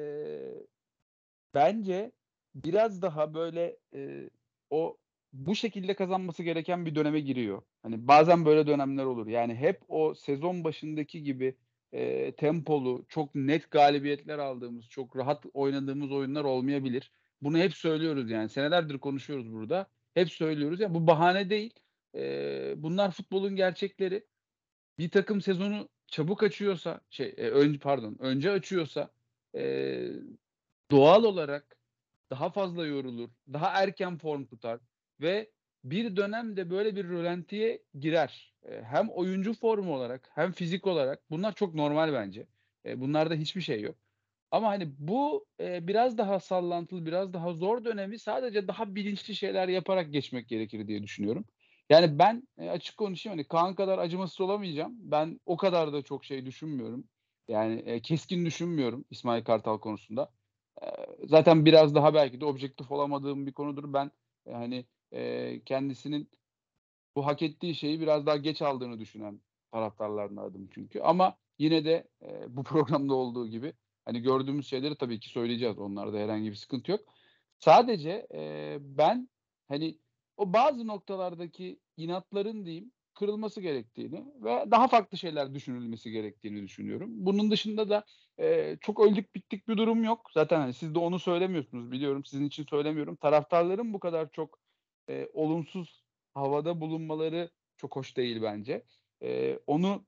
bence biraz daha böyle e, o bu şekilde kazanması gereken bir döneme giriyor. Hani bazen böyle dönemler olur. Yani hep o sezon başındaki gibi e, tempolu, çok net galibiyetler aldığımız, çok rahat oynadığımız oyunlar olmayabilir. Bunu hep söylüyoruz yani. Senelerdir konuşuyoruz burada. Hep söylüyoruz. Yani bu bahane değil. E, bunlar futbolun gerçekleri. Bir takım sezonu çabuk açıyorsa, şey, e, önce pardon, önce açıyorsa e, doğal olarak daha fazla yorulur, daha erken form tutar ve bir dönemde böyle bir rölantiye girer. E, hem oyuncu formu olarak hem fizik olarak bunlar çok normal bence. E, bunlarda hiçbir şey yok. Ama hani bu e, biraz daha sallantılı, biraz daha zor dönemi sadece daha bilinçli şeyler yaparak geçmek gerekir diye düşünüyorum. Yani ben e, açık konuşayım hani Kaan kadar acımasız olamayacağım. Ben o kadar da çok şey düşünmüyorum. Yani e, keskin düşünmüyorum İsmail Kartal konusunda. E, Zaten biraz daha belki de objektif olamadığım bir konudur. Ben e, hani e, kendisinin bu hak ettiği şeyi biraz daha geç aldığını düşünen taraftarlardandım çünkü. Ama yine de e, bu programda olduğu gibi hani gördüğümüz şeyleri tabii ki söyleyeceğiz. Onlarda herhangi bir sıkıntı yok. Sadece e, ben hani o bazı noktalardaki inatların diyeyim kırılması gerektiğini ve daha farklı şeyler düşünülmesi gerektiğini düşünüyorum. Bunun dışında da e, çok öldük bittik bir durum yok. Zaten hani siz de onu söylemiyorsunuz biliyorum. Sizin için söylemiyorum. Taraftarların bu kadar çok e, olumsuz havada bulunmaları çok hoş değil bence. Ee, onu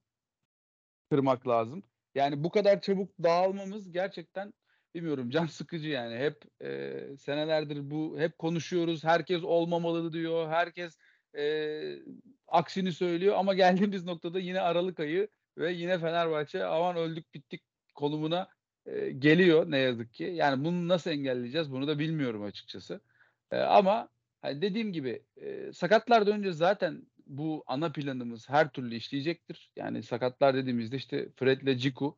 kırmak lazım. Yani bu kadar çabuk dağılmamız gerçekten bilmiyorum can sıkıcı yani. Hep e, senelerdir bu hep konuşuyoruz. Herkes olmamalı diyor. Herkes e, aksini söylüyor ama geldiğimiz noktada yine Aralık ayı ve yine Fenerbahçe aman öldük bittik konumuna e, geliyor ne yazık ki. Yani bunu nasıl engelleyeceğiz bunu da bilmiyorum açıkçası. E, ama hani dediğim gibi e, sakatlardan önce zaten bu ana planımız her türlü işleyecektir. Yani sakatlar dediğimizde işte Fred'le Ciku.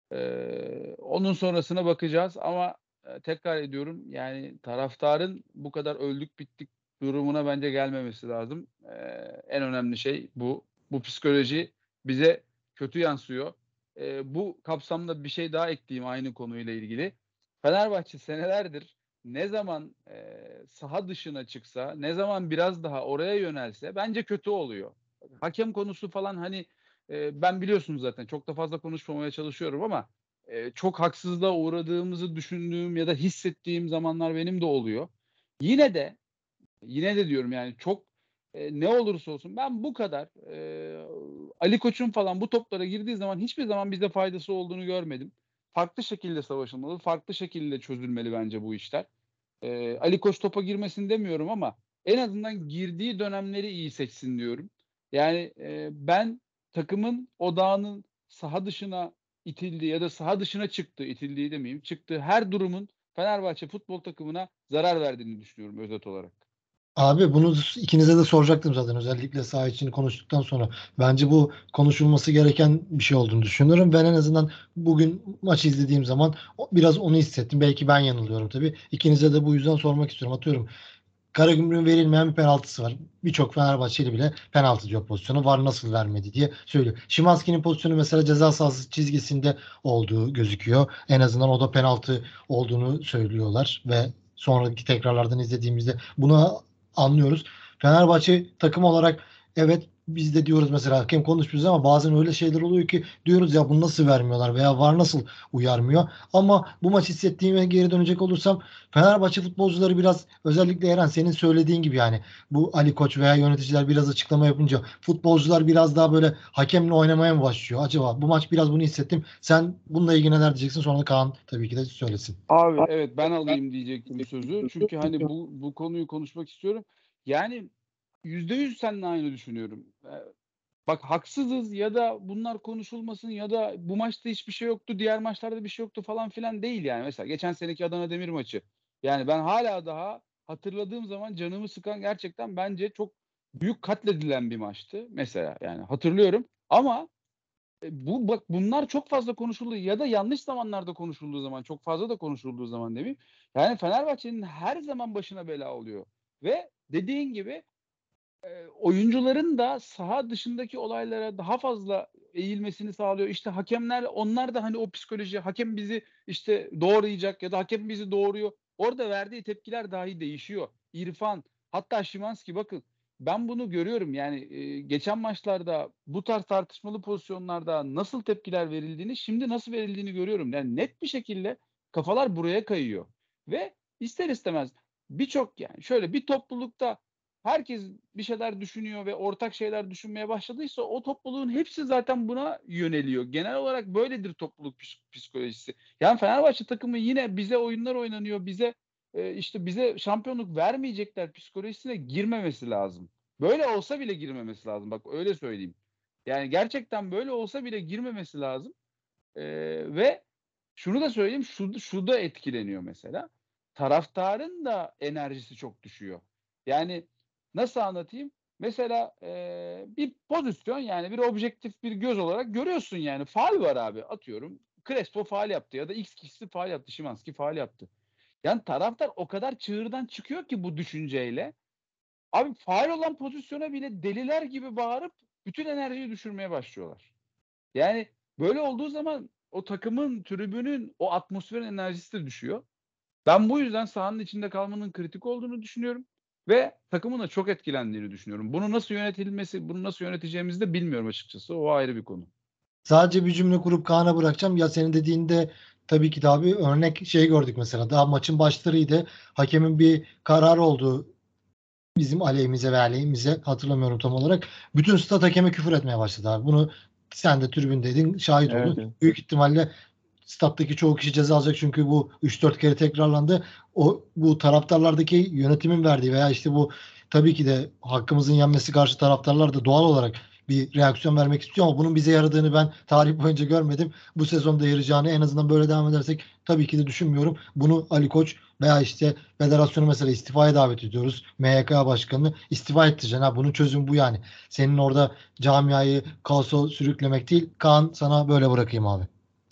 Ee, onun sonrasına bakacağız ama e, tekrar ediyorum yani taraftarın bu kadar öldük bittik durumuna bence gelmemesi lazım. Ee, en önemli şey bu. Bu psikoloji bize kötü yansıyor. Ee, bu kapsamda bir şey daha ekleyeyim aynı konuyla ilgili. Fenerbahçe senelerdir ne zaman e, saha dışına çıksa, ne zaman biraz daha oraya yönelse bence kötü oluyor. Hakem konusu falan hani e, ben biliyorsunuz zaten çok da fazla konuşmamaya çalışıyorum ama e, çok haksızlığa uğradığımızı düşündüğüm ya da hissettiğim zamanlar benim de oluyor. Yine de yine de diyorum yani çok e, ne olursa olsun ben bu kadar e, Ali Koç'un falan bu toplara girdiği zaman hiçbir zaman bize faydası olduğunu görmedim. Farklı şekilde savaşılmalı, farklı şekilde çözülmeli bence bu işler. E, Ali Koç topa girmesin demiyorum ama en azından girdiği dönemleri iyi seçsin diyorum. Yani e, ben takımın odağının saha dışına itildiği ya da saha dışına çıktığı, itildiği demeyeyim, çıktığı her durumun Fenerbahçe futbol takımına zarar verdiğini düşünüyorum özet olarak. Abi bunu ikinize de soracaktım zaten, özellikle saha içini konuştuktan sonra. Bence bu konuşulması gereken bir şey olduğunu düşünüyorum. Ben en azından bugün maçı izlediğim zaman o- biraz onu hissettim. Belki ben yanılıyorum tabii. İkinize de bu yüzden sormak istiyorum. Atıyorum, Karagümrük'ün verilmeyen bir penaltısı var. Birçok Fenerbahçeli bile penaltı diyor pozisyonu. VAR nasıl vermedi diye söylüyor. Szymański'nin pozisyonu mesela ceza sahası çizgisinde olduğu gözüküyor. En azından o da penaltı olduğunu söylüyorlar ve sonraki tekrarlardan izlediğimizde bunu anlıyoruz. Fenerbahçe takım olarak, evet, biz de diyoruz mesela hakem konuşmuyoruz ama bazen öyle şeyler oluyor ki diyoruz ya bunu nasıl vermiyorlar veya VAR nasıl uyarmıyor. Ama bu maç hissettiğime geri dönecek olursam, Fenerbahçe futbolcuları biraz, özellikle Eren senin söylediğin gibi, yani bu Ali Koç veya yöneticiler biraz açıklama yapınca futbolcular biraz daha böyle hakemle oynamaya mı başlıyor? Acaba bu maç biraz bunu hissettim. Sen bununla ilgili neler diyeceksin? Sonra da Kaan tabii ki de söylesin. Abi evet, ben alayım diyecektim sözü. Çünkü hani bu bu konuyu konuşmak istiyorum. Yani yüzde yüz seninle aynı düşünüyorum. Ee, Bak, haksızız ya da bunlar konuşulmasın ya da bu maçta hiçbir şey yoktu, diğer maçlarda bir şey yoktu falan filan değil yani. Mesela geçen seneki Adana Demir maçı. Yani ben hala daha hatırladığım zaman canımı sıkan, gerçekten bence çok büyük katledilen bir maçtı mesela. Yani hatırlıyorum ama e, bu bak, bunlar çok fazla konuşuldu ya da yanlış zamanlarda konuşulduğu zaman, çok fazla da konuşulduğu zaman demeyeyim. Yani Fenerbahçe'nin her zaman başına bela oluyor. Ve dediğin gibi Eee, oyuncuların da saha dışındaki olaylara daha fazla eğilmesini sağlıyor. İşte hakemler, onlar da hani o psikoloji, hakem bizi işte doğrayacak ya da hakem bizi doğuruyor. Orada verdiği tepkiler dahi değişiyor. İrfan, hatta Szymański, bakın ben bunu görüyorum. Yani eee, geçen maçlarda bu tarz tartışmalı pozisyonlarda nasıl tepkiler verildiğini, şimdi nasıl verildiğini görüyorum. Yani net bir şekilde kafalar buraya kayıyor. Ve ister istemez birçok, yani şöyle bir toplulukta herkes bir şeyler düşünüyor ve ortak şeyler düşünmeye başladıysa o topluluğun hepsi zaten buna yöneliyor. Genel olarak böyledir topluluk psik- psikolojisi. Yani Fenerbahçe takımı yine bize oyunlar oynanıyor, bize e, işte bize şampiyonluk vermeyecekler psikolojisine girmemesi lazım. Böyle olsa bile girmemesi lazım. Bak öyle söyleyeyim. Yani gerçekten böyle olsa bile girmemesi lazım. E, ve şunu da söyleyeyim, şu, şu da etkileniyor mesela. Taraftarın da enerjisi çok düşüyor. Yani nasıl anlatayım? Mesela eee, bir pozisyon, yani bir objektif bir göz olarak görüyorsun, yani faul var abi, atıyorum. Crespo faul yaptı ya da X kişisi faul yaptı, Szymański faul yaptı. Yani taraftar o kadar çığırdan çıkıyor ki bu düşünceyle. Abi faul olan pozisyona bile deliler gibi bağırıp bütün enerjiyi düşürmeye başlıyorlar. Yani böyle olduğu zaman o takımın, tribünün, o atmosferin enerjisi de düşüyor. Ben bu yüzden sahanın içinde kalmanın kritik olduğunu düşünüyorum ve takımın da çok etkilendiğini düşünüyorum. Bunu nasıl yönetilmesi, bunu nasıl yöneteceğimizi de bilmiyorum açıkçası. O ayrı bir konu. Sadece bir cümle kurup Kaan'a bırakacağım. Ya senin dediğinde tabii ki de abi, örnek şey gördük mesela. Daha maçın başlarıydı. Hakemin bir kararı oldu bizim aleyhimize ve aleyhimize, hatırlamıyorum tam olarak. Bütün stat hakeme küfür etmeye başladı abi. Bunu sen de tribündeydin, şahit Evet, oldun. evet. Büyük ihtimalle stat'taki çoğu kişi ceza alacak çünkü bu üç dört kere tekrarlandı. O bu taraftarlardaki yönetimin verdiği veya işte bu, tabii ki de hakkımızın yenmesi karşı taraftarlar da doğal olarak bir reaksiyon vermek istiyor ama bunun bize yaradığını ben tarih boyunca görmedim. Bu sezonda yarayacağını, en azından böyle devam edersek, tabii ki de düşünmüyorum. Bunu Ali Koç veya işte federasyonu mesela istifaya davet ediyoruz. M Y K başkanını istifa ettireceksin. Ha, bunun çözümü bu yani. Senin orada camiayı kaosa sürüklemek değil. Kaan, sana böyle bırakayım abi.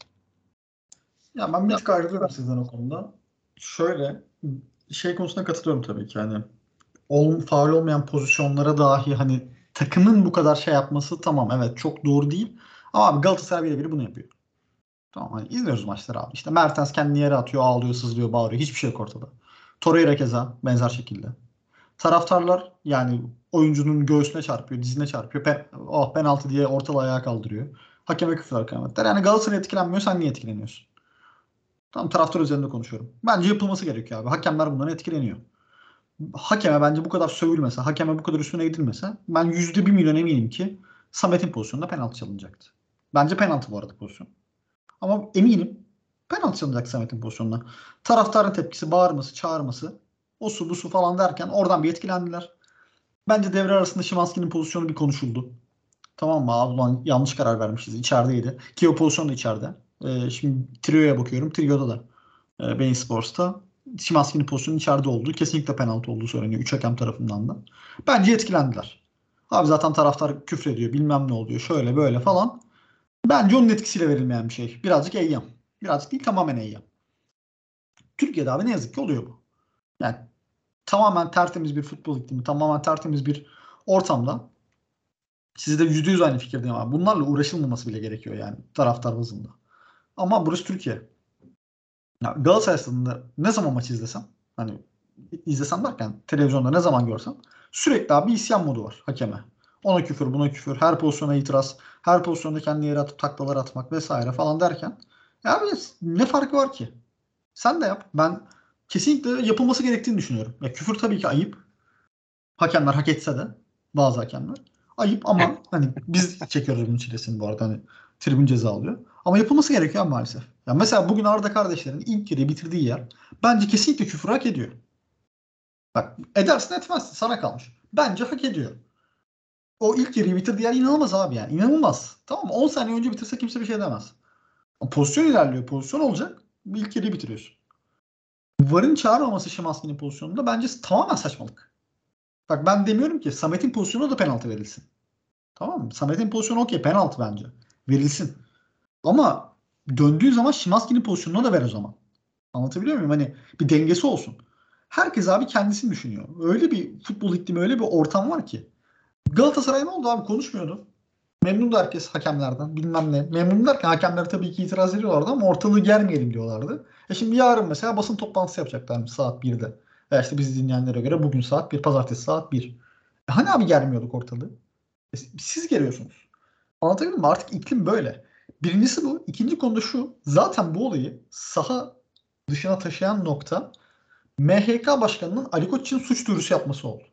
Ya ben bir tık ayrılıyorum sizden o konuda. Şöyle şey konusunda katılıyorum tabii ki. Hani ol, faul olmayan pozisyonlara dahi hani takımın bu kadar şey yapması tamam, evet, çok doğru değil. Ama abi Galatasaray birebir bunu yapıyor. Tamam, hani izliyoruz maçları abi. İşte Mertens kendini yere atıyor, ağlıyor, sızlıyor, bağırıyor. Hiçbir şey yok ortada. Torreira keza benzer şekilde. Taraftarlar yani oyuncunun göğsüne çarpıyor, dizine çarpıyor. Pen, oh penaltı diye ortalığı ayağa kaldırıyor. Hakeme küfürler, kıyametler. Yani Galatasaray etkilenmiyor, sen niye etkileniyorsun? Tam taraftar üzerinde konuşuyorum. Bence yapılması gerekiyor abi. Hakemler bundan etkileniyor. Hakeme bence bu kadar sövülmese, hakeme bu kadar üstüne gidilmese, ben yüzde bir milyon eminim ki Samet'in pozisyonunda penaltı çalınacaktı. Bence penaltı bu arada pozisyon. Ama eminim penaltı çalınacak Samet'in pozisyonuna. Taraftarın tepkisi, bağırması, çağırması, o su bu su falan derken oradan bir etkilendiler. Bence devre arasında Szymański'nin pozisyonu bir konuşuldu. Tamam mı abi, ulan yanlış karar vermişiz. İçerideydi. Ki o pozisyon da içeride. Ee, şimdi Trio'ya bakıyorum. Trio'da da e, Bein Sports'ta Szymański'nin pozisyonun içeride olduğu, kesinlikle penaltı olduğu söyleniyor üç hakem tarafından da. Bence etkilendiler. Abi zaten taraftar küfrediyor, bilmem ne oluyor, şöyle böyle falan. Bence onun etkisiyle verilmeyen bir şey. Birazcık eyyam. Birazcık değil, tamamen eyyam. Türkiye'de abi ne yazık ki oluyor bu. Yani tamamen tertemiz bir futbol iklimi, tamamen tertemiz bir ortamda siz de yüzde yüz aynı fikirdeyim abi. Bunlarla uğraşılmaması bile gerekiyor yani taraftar bazında. Ama burası Türkiye. Ya Galatasaray stadında ne zaman maç izlesem, hani izlesem derken televizyonda ne zaman görsem sürekli abi isyan modu var hakeme. Ona küfür, buna küfür, her pozisyona itiraz, her pozisyonda kendi yere atıp taklalar atmak vesaire falan derken ya abi ne farkı var ki? Sen de yap. Ben kesinlikle yapılması gerektiğini düşünüyorum. Ya küfür tabii ki ayıp. Hakemler hak etse de bazı hakemler ayıp ama hani biz çekiyoruz bunun çilesini bu arada, hani tribün ceza alıyor. Ama yapılması gerekiyor maalesef. Ya mesela bugün Arda kardeşlerin ilk yarıyı bitirdiği yer bence kesinlikle küfür hak ediyor. Bak edersin etmezsin sana kalmış. Bence hak ediyor. O ilk yarıyı bitirdiği yer inanılmaz abi yani. İnanılmaz. Tamam mı? on saniye önce bitirse kimse bir şey demez. Ama pozisyon ilerliyor. Pozisyon olacak. İlk yarıyı bitiriyorsun. VAR'ın çağırmaması Szymański'nin pozisyonunda bence tamamen saçmalık. Bak ben demiyorum ki Samet'in pozisyonuna da penaltı verilsin. Tamam mı? Samet'in pozisyonu okey, penaltı bence. Verilsin. Ama döndüğü zaman Szymański'nin pozisyonuna da ver o zaman. Anlatabiliyor muyum? Hani bir dengesi olsun. Herkes abi kendisini düşünüyor. Öyle bir futbol iklimi, öyle bir ortam var ki. Galatasaray ne oldu abi? Konuşmuyordu. Memnundu herkes hakemlerden. Bilmem ne. Memnun derken hakemler tabii ki itiraz ediyorlardı ama ortalığı germeyelim diyorlardı. E şimdi yarın mesela basın toplantısı yapacaklarmış saat birde. Veya işte bizi dinleyenlere göre bugün saat bir, pazartesi saat bir. E hani abi germiyorduk ortalığı? E siz geriyorsunuz. Anlatabildim mi? Artık iklim böyle. Birincisi bu. İkinci konuda şu. Zaten bu olayı saha dışına taşıyan nokta M H K Başkanı'nın Ali Koç için suç duyurusu yapması oldu.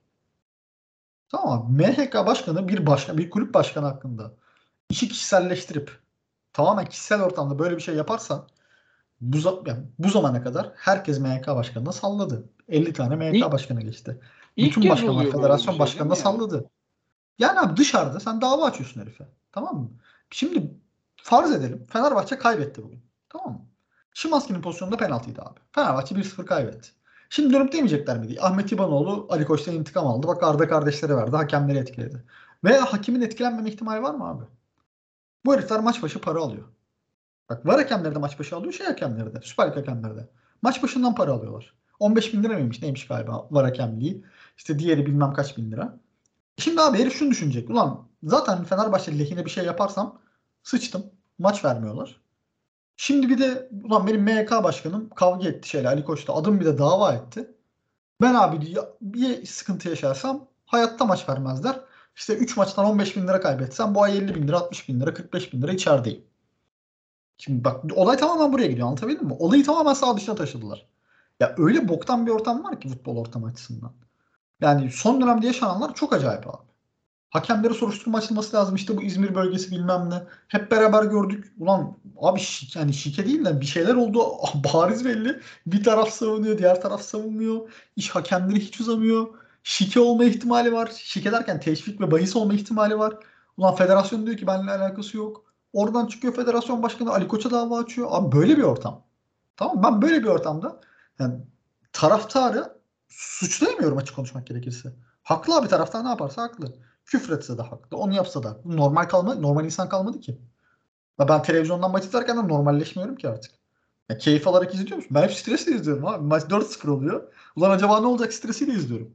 Tamam mı? M H K Başkanı bir başkan, bir kulüp başkanı hakkında işi kişiselleştirip tamamen kişisel ortamda böyle bir şey yaparsa bu, yani bu zamana kadar herkes M H K Başkanı'na salladı. elli tane M H K İlk, Başkanı geçti. ilk Bütün kez başkanlar oluyor böyle bir federasyon şey değil başkanına mi yani? salladı. Yani abi dışarıda sen dava açıyorsun herife. Tamam mı? Şimdi farz edelim Fenerbahçe kaybetti bugün. Tamam mı? Szymański'nin pozisyonunda penaltıydı abi. Fenerbahçe bir sıfır kaybetti. Şimdi dönüp demeyecekler miydi? Ahmet İbanoğlu Ali Koç'tan intikam aldı. Bak Arda kardeşleri verdi. Hakemleri etkiledi. Veya hakimin etkilenmeme ihtimali var mı abi? Bu herifler maç başı para alıyor. Bak var hakemleri de maç başı alıyor. Şey hakemleri de. Süper Lig hakemleri de. Maç başından para alıyorlar. on beş bin lira mıymış neymiş galiba var hakemliği. İşte diğeri bilmem kaç bin lira. Şimdi abi herif şunu düşünecek. Ulan zaten Fenerbahçe lehine bir şey yaparsam sıçtım. Maç vermiyorlar. Şimdi bir de ulan benim M H K başkanım kavga etti şeyle Ali Koç'ta. Adım bir de dava etti. Ben abi bir sıkıntı yaşarsam hayatta maç vermezler. İşte üç maçtan on beş bin lira kaybetsem bu ay elli bin lira, altmış bin lira, kırk beş bin lira içerideyim. Şimdi bak olay tamamen buraya gidiyor. Anlatabildim mi? Olayı tamamen sağ dışına taşıdılar. Ya öyle boktan bir ortam var ki futbol ortamı açısından. Yani son dönemde yaşananlar çok acayip abi. Hakemlere soruşturma açılması lazım. İşte bu İzmir bölgesi bilmem ne. Hep beraber gördük. Ulan abi şike, yani şike değil de bir şeyler oldu. Bariz belli. Bir taraf savunuyor, diğer taraf savunmuyor. İş hakemleri hiç uzamıyor. Şike olma ihtimali var. Şike derken teşvik ve bahis olma ihtimali var. Ulan federasyon diyor ki benimle alakası yok. Oradan çıkıyor federasyon başkanı Ali Koç'a dava açıyor. Abi böyle bir ortam. Tamam ben böyle bir ortamda yani taraftarı suçlayamıyorum açık konuşmak gerekirse. Haklı abi, taraftar ne yaparsa haklı. Küfretse de haklı. Onu yapsa da. Normal kalmadı. Normal insan kalmadı ki. Ya ben televizyondan maç izlerken de normalleşmiyorum ki artık. Ya keyif alarak izliyor musun? Ben hep stresle izliyorum abi. Maç dört sıfır oluyor. Ulan acaba ne olacak stresiyle izliyorum.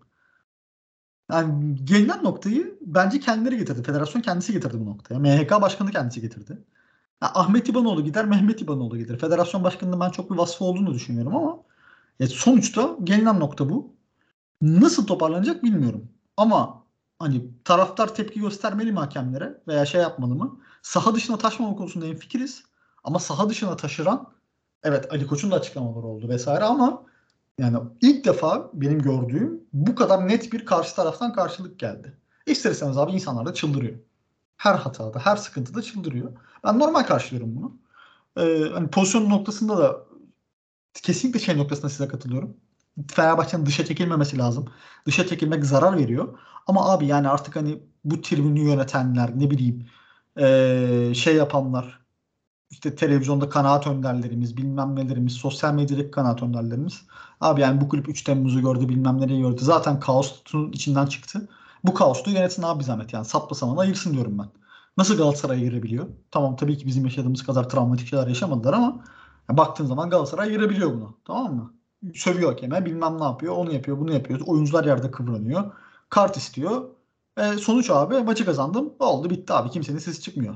Yani gelinen noktayı bence kendileri getirdi. Federasyon kendisi getirdi bu noktaya. M H K başkanı kendisi getirdi. Ya Ahmet İbanoğlu gider, Mehmet İbanoğlu gider. Federasyon başkanının ben çok bir vasfı olduğunu düşünmüyorum ama ya sonuçta gelinen nokta bu. Nasıl toparlanacak bilmiyorum. Ama hani taraftar tepki göstermeli mi hakemlere veya şey yapmalı mı? Saha dışına taşmama konusunda hemfikiriz. Ama saha dışına taşıran evet Ali Koç'un da açıklamaları oldu vesaire ama yani ilk defa benim gördüğüm bu kadar net bir karşı taraftan karşılık geldi. İster istemez abi insanlar da çıldırıyor. Her hatada, her sıkıntıda çıldırıyor. Ben normal karşılıyorum bunu. Ee, hani pozisyon noktasında da kesinlikle şey noktasında size katılıyorum. Fenerbahçe'nin dışa çekilmemesi lazım. Dışa çekilmek zarar veriyor. Ama abi yani artık hani bu tribünü yönetenler ne bileyim ee, şey yapanlar işte televizyonda kanaat önderlerimiz, bilmem nelerimiz, sosyal medyadaki kanaat önderlerimiz. Abi yani bu kulüp üç Temmuz'u gördü, bilmem nereyi gördü. Zaten kaosun içinden çıktı. Bu kaosu yönetsin abi zahmet yani. Sapla samanı ayırsın diyorum ben. Nasıl Galatasaray'a girebiliyor? Tamam tabii ki bizim yaşadığımız kadar travmatik şeyler yaşamadılar ama ya baktığın zaman Galatasaray girebiliyor buna. Tamam mı? Sövüyor hakeme, bilmem ne yapıyor, onu yapıyor, bunu yapıyor. Oyuncular yerde kıvranıyor. Kart istiyor. E, sonuç abi maçı kazandım. Oldu bitti abi. Kimsenin sesi çıkmıyor.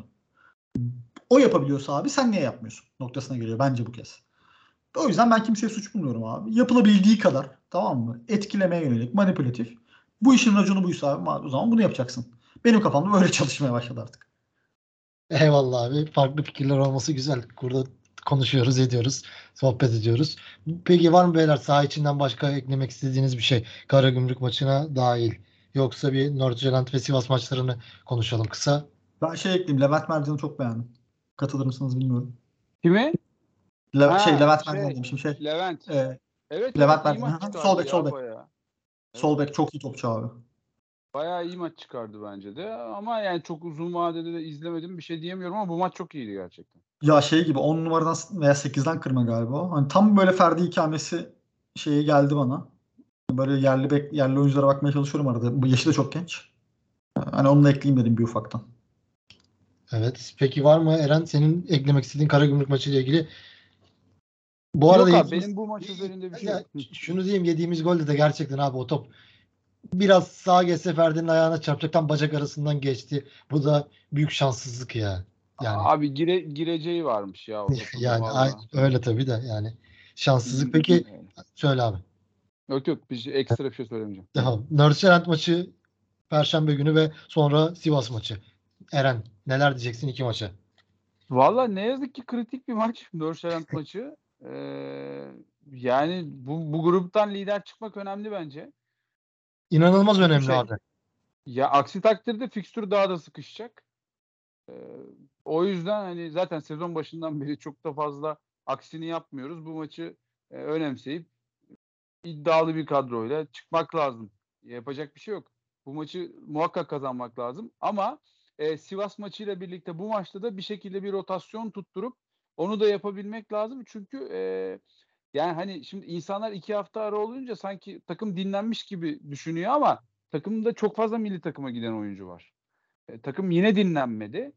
O yapabiliyorsa abi sen niye yapmıyorsun noktasına geliyor bence bu kez. O yüzden ben kimseye suç bulmuyorum abi. Yapılabildiği kadar, tamam mı? Etkilemeye yönelik, manipülatif. Bu işin raconu buysa abi o zaman bunu yapacaksın. Benim kafamda böyle çalışmaya başladı artık. Eyvallah abi. Farklı fikirler olması güzel. Burada konuşuyoruz, ediyoruz, sohbet ediyoruz. Peki var mı beyler saha içinden başka eklemek istediğiniz bir şey? Karagümrük maçına dahil. Yoksa bir Nordsjælland ve Sivas maçlarını konuşalım kısa. Ben şey ekleyeyim. Levent Mercan'ı çok beğendim. Katılır mısınız bilmiyorum. Kimi? Le- şey Ha Levent Mercan şey demişim şey. Levent. E, Evet Levent evet iyi Mercan. maç Aha, sol çıkardı bek sol ya bek. bayağı. Sol Evet. bek çok iyi topçu abi. Bayağı iyi maç çıkardı bence de. Ama yani çok uzun vadede de izlemedim bir şey diyemiyorum ama bu maç çok iyiydi gerçekten. Ya şey gibi on numaradan veya sekizden kırma galiba o. Hani tam böyle Ferdi ikamesi şeyi geldi bana. Böyle yerli bek, yerli oyunculara bakmaya çalışıyorum arada. Bu yaşı da çok genç. Hani onu da ekleyeyim dedim bir ufaktan. Evet. Peki var mı Eren senin eklemek istediğin Karagümrük maçıyla ilgili? Bu arada Yok abi yediğimiz, benim bu maç üzerinde bir şey ya, yok. Hı. şunu diyeyim yediğimiz golde de gerçekten abi o top biraz sağa geçse Ferdi'nin ayağına çarpacak tam bacak arasından geçti. Bu da büyük şanssızlık ya. Yani Abi gire, gireceği varmış ya o topun yani ay- valla. öyle tabii de yani şanssızlık. İyi, Peki yani. söyle abi. Yok yok bir şey, ekstra bir şey söylemeyeceğim. Tamam. Nordsjælland maçı Perşembe günü ve sonra Sivas maçı. Eren neler diyeceksin iki maça? Valla ne yazık ki kritik bir maç. Nordsjælland maçı. Ee, yani bu, bu gruptan lider çıkmak önemli bence. İnanılmaz Çünkü önemli şey abi. ya aksi takdirde fikstür daha da sıkışacak. Ee, o yüzden hani zaten sezon başından beri çok da fazla aksini yapmıyoruz. Bu maçı e, önemseyip iddialı bir kadroyla çıkmak lazım. Yapacak bir şey yok. Bu maçı muhakkak kazanmak lazım. Ama e, Sivas maçıyla birlikte bu maçta da bir şekilde bir rotasyon tutturup onu da yapabilmek lazım. Çünkü e, yani hani şimdi insanlar iki hafta ara olunca sanki takım dinlenmiş gibi düşünüyor ama takımda çok fazla milli takıma giden oyuncu var. E, takım yine dinlenmedi.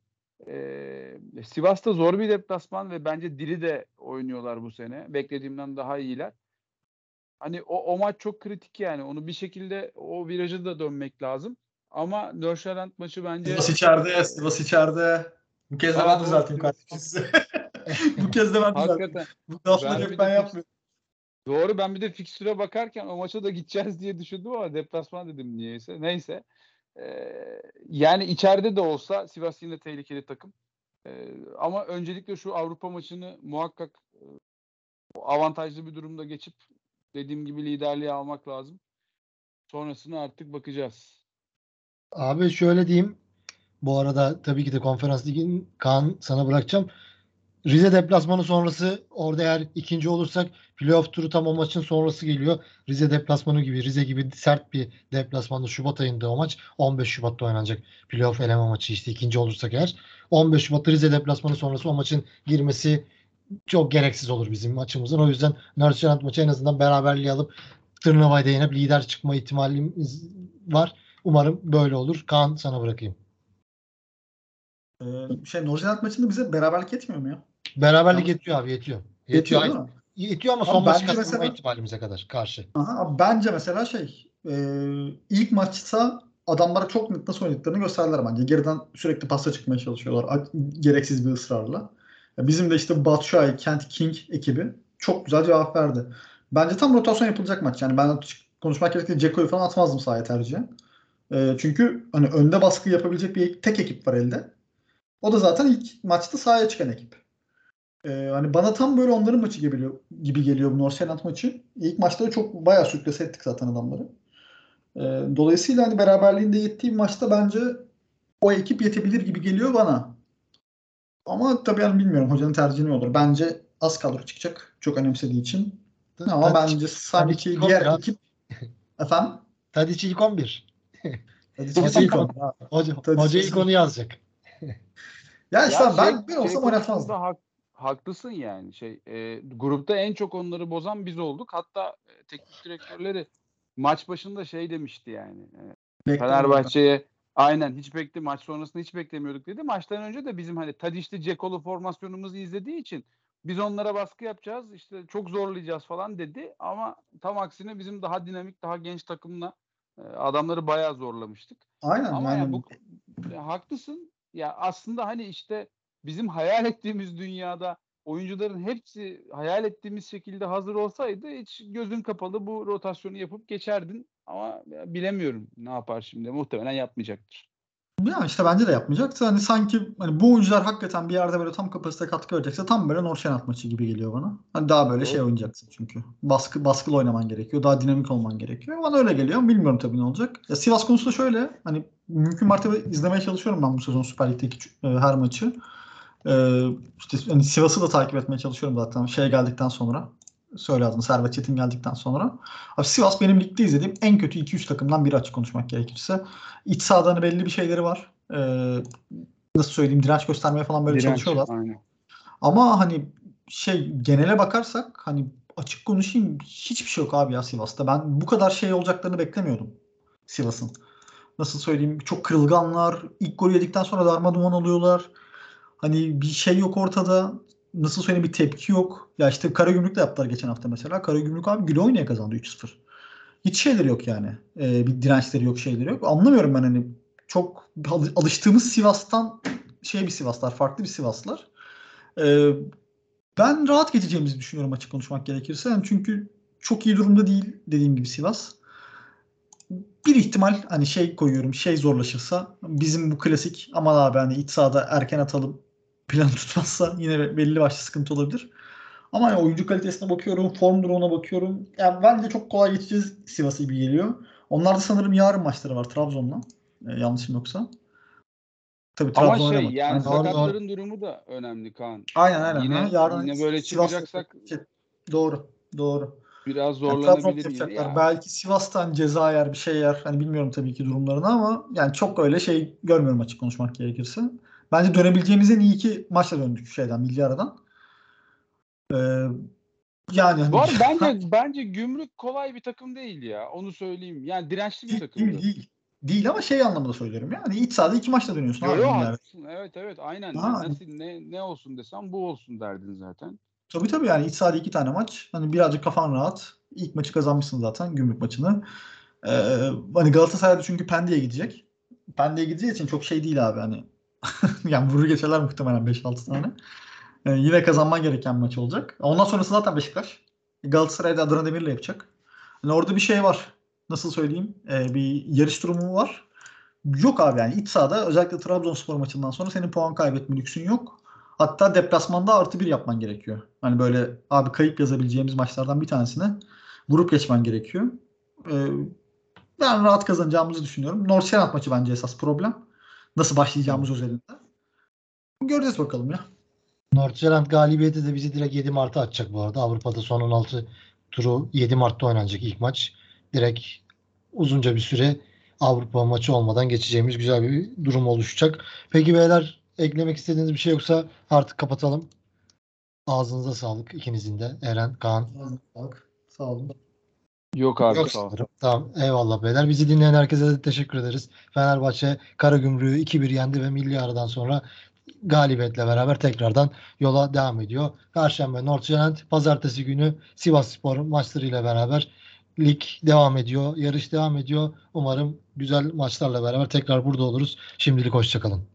E, Sivas'ta zor bir deplasman ve bence diri de oynuyorlar bu sene. Beklediğimden daha iyiler. Hani o, o maç çok kritik yani. Onu bir şekilde o virajı da dönmek lazım. Ama Nordsjælland maçı bence Sivas içeride, e, Sivas içeride. Bu kez de aa ben doğru düzelteyim Sivas. kardeşim size. Bu kez de ben düzelteyim. Hakikaten. Bu lafları Ben hep bir de ben fix, yapmıyorum. doğru ben bir de fikstüre bakarken o maça da gideceğiz diye düşündüm ama deplasman dedim niyeyse. Neyse. Ee, yani içeride de olsa Sivas yine tehlikeli takım. Ee, ama öncelikle şu Avrupa maçını muhakkak e, avantajlı bir durumda geçip dediğim gibi liderliği almak lazım. Sonrasına artık bakacağız. Abi şöyle diyeyim. Bu arada tabii ki de Konferans Ligi'nin Kaan sana bırakacağım. Rize deplasmanı sonrası orada eğer ikinci olursak playoff turu tam o maçın sonrası geliyor. Rize deplasmanı gibi Rize gibi sert bir deplasmanda Şubat ayında o maç on beş Şubat'ta oynanacak playoff eleme maçı işte ikinci olursak eğer on beş Şubat'ta Rize deplasmanı sonrası o maçın girmesi çok gereksiz olur bizim maçımızın. O yüzden Nordsjælland maçı en azından beraberliği alıp turnuvaya değinip lider çıkma ihtimalimiz var. Umarım böyle olur. Kaan sana bırakayım. Ee, şey Nordsjælland maçında bize beraberlik yetmiyor mu ya? Beraberlik Yanlış. yetiyor abi yetiyor. Yetiyor. Yetiyor Ay- değil mi? Yetiyor ama son Ama maçı bence kazanma mesela ihtimalimize kadar karşı. aha, abi bence mesela şey e, ilk maçta adamlara çok net nasıl oynadıklarını gösterdiler bence. Geriden sürekli pasta çıkmaya çalışıyorlar. a- Gereksiz bir ısrarla. Ya bizim de işte Batshuayi, Kent King ekibi çok güzel cevap verdi. Bence tam rotasyon yapılacak maç. Yani ben açık konuşmak gerekirse Dzeko'yu falan atmazdım sahaya tercihen. E, çünkü hani önde baskı yapabilecek bir tek ekip var elde. O da zaten ilk maçta sahaya çıkan ekip. Ee, hani bana tam böyle onların maçı gibi geliyor, gibi geliyor bu Nordsjælland maçı. İlk maçta da çok bayağı sürklase ettik zaten adamları. Ee, dolayısıyla hani beraberliğinde yettiği bir maçta bence o ekip yetebilir gibi geliyor bana. Ama tabii yani bilmiyorum hocanın tercihi ne olur. Bence az kadro çıkacak. Çok önemsediği için. Ama Tadic, bence Tadic ilk sanki on bir diğer abi. ekip efendim Tadic ilk on bir. hadi Hoca kesin ilk, konu. hoca, Hadi hoca ilk kesin. onu yazacak. Ya işte Ya abi ben şey, ben şey olsam oynatmazdım. konusunda hak, haklısın yani. Şey e, grupta en çok onları bozan biz olduk. Hatta e, teknik direktörleri maç başında şey demişti yani. E, Beklemiyordum. Fenerbahçe'ye aynen hiç bekle maç sonrasında hiç beklemiyorduk dedi. Maçtan önce de bizim hani Tadişli Cekolu formasyonumuzu izlediği için biz onlara baskı yapacağız. İşte çok zorlayacağız falan dedi. Ama tam aksine bizim daha dinamik, daha genç takımla e, adamları bayağı zorlamıştık. Aynen Ama ya yani bu ya haklısın. Ya aslında hani işte bizim hayal ettiğimiz dünyada oyuncuların hepsi hayal ettiğimiz şekilde hazır olsaydı hiç gözün kapalı bu rotasyonu yapıp geçerdin. Ama ya bilemiyorum ne yapar şimdi. Muhtemelen yapmayacaktır. ya işte bence de yapmayacaktı. Hani sanki hani bu oyuncular hakikaten bir yerde böyle tam kapasite katkı verecekse tam böyle Norşenat maçı gibi geliyor bana. Hani daha böyle şey Doğru. oynayacaksın çünkü. Baskı baskılı oynaman gerekiyor. Daha dinamik olman gerekiyor. Bana öyle geliyor. Bilmiyorum tabii ne olacak. Ya Sivas konusunda şöyle hani mümkün mertebe izlemeye çalışıyorum ben bu sezon Süper Lig'deki e, her maçı. Ee, işte hani Sivas'ı da takip etmeye çalışıyorum zaten şey geldikten sonra. Söyle adını Servet Çetin geldikten sonra. Abi Sivas benim ligde izlediğim en kötü iki üç takımdan biri açık konuşmak gerekirse. İç sahada hani belli bir şeyleri var. Ee, nasıl söyleyeyim direnç göstermeye falan böyle Direnç. çalışıyorlar. Aynen. Ama hani şey genele bakarsak hani açık konuşayım hiçbir şey yok abi ya Sivas'ta. Ben bu kadar şey olacaklarını beklemiyordum Sivas'ın. Nasıl söyleyeyim çok kırılganlar. İlk golü yedikten sonra darmaduman oluyorlar. Hani bir şey yok ortada. Nasıl söyleyeyim bir tepki yok. Ya işte Karagümrük de yaptılar geçen hafta mesela. Karagümrük abi güle oynaya kazandı üç sıfır. Hiç şeyleri yok yani. Ee, bir dirençleri yok, şeyleri yok. Anlamıyorum ben hani çok al- alıştığımız Sivas'tan şey bir Sivaslar, farklı bir Sivaslar. Ee, ben rahat geçeceğimizi düşünüyorum açık konuşmak gerekirse. Yani çünkü çok iyi durumda değil dediğim gibi Sivas. Bir ihtimal hani şey koyuyorum şey zorlaşırsa bizim bu klasik aman abi hani iç sahada erken atalım planı tutmazsa yine belli başlı sıkıntı olabilir. Ama yani oyuncu kalitesine bakıyorum, form durumuna bakıyorum. Yani bence çok kolay geçeceğiz Sivas'ı gibi geliyor. Onlar da sanırım yarın maçları var Trabzon'la. Ee, yanlışım yoksa. Tabii Ama Trabzon şey oynamadı. yani Aynen. Doğru doğru. sakatların durumu da önemli Kaan. Aynen Yani aynen. Ha. yine Yarın yine böyle Sivas'ta çıkacaksak doğru. Doğru. biraz Yani Trabzon zorlanabilir gibi. yapacaklar. Ya Belki Sivas'tan ceza yer bir şey yer. Hani bilmiyorum tabii ki durumlarını ama yani çok öyle şey görmüyorum açık konuşmak gerekirse. Bence dönebileceğimiz en iyi iki maçla döndük şeyden milli aradan. Ee, yani bu hani arada bence bence Gümrük kolay bir takım değil ya. Onu söyleyeyim. Yani dirençli bir değil, değil, takımdı. değil. Değil ama şey anlamında söylüyorum ya. Hani iç sahada iki maçla dönüyorsun Yo abi yo milli arada. haklısın. Evet evet aynen. Ha, Yani hani, nasıl ne ne olsun desem bu olsun derdin zaten. tabii tabii yani iç sahada iki tane maç. Hani birazcık kafan rahat. İlk maçı kazanmışsın zaten Gümrük maçını. Ee, hani Galatasaray'da çünkü Pendik'e gidecek. Pendik'e gideceği için çok şey değil abi hani. Yani vurur geçerler muhtemelen beş altı tane. Ee, yine kazanman gereken maç olacak. Ondan sonrası zaten Beşiktaş. Galatasaray'da Adana Demir'le yapacak. Yani orada bir şey var. Nasıl söyleyeyim? Ee, bir yarış durumu var. Yok abi yani iç sahada özellikle Trabzonspor maçından sonra senin puan kaybetme lüksün yok. Hatta deplasmanda artı bir yapman gerekiyor. Hani böyle abi kayıp yazabileceğimiz maçlardan bir tanesine vurup geçmen gerekiyor. Ee, ben rahat kazanacağımızı düşünüyorum. Nordsjælland maçı bence esas problem. Nasıl başlayacağımız Evet. özelinde. Göreceğiz bakalım ya. Nordsjælland galibiyeti de bizi direkt yedi Mart'a atacak bu arada. Avrupa'da son on altı turu yedi Mart'ta oynanacak ilk maç. Direkt uzunca bir süre Avrupa maçı olmadan geçeceğimiz güzel bir durum oluşacak. Peki beyler eklemek istediğiniz bir şey yoksa artık kapatalım. Ağzınıza sağlık ikinizin de. Eren, Kaan. Ağzına sağlık. Sağ olun. Yok abi Yok sağ ol. sanırım. Tamam. Eyvallah beyler. Bizi dinleyen herkese de teşekkür ederiz. Fenerbahçe Karagümrük'ü iki bir yendi ve milli aradan sonra galibiyetle beraber tekrardan yola devam ediyor. Perşembe Nordsjælland, pazartesi günü Sivasspor maçlarıyla beraber lig devam ediyor. Yarış devam ediyor. Umarım güzel maçlarla beraber tekrar burada oluruz. Şimdilik hoşça kalın.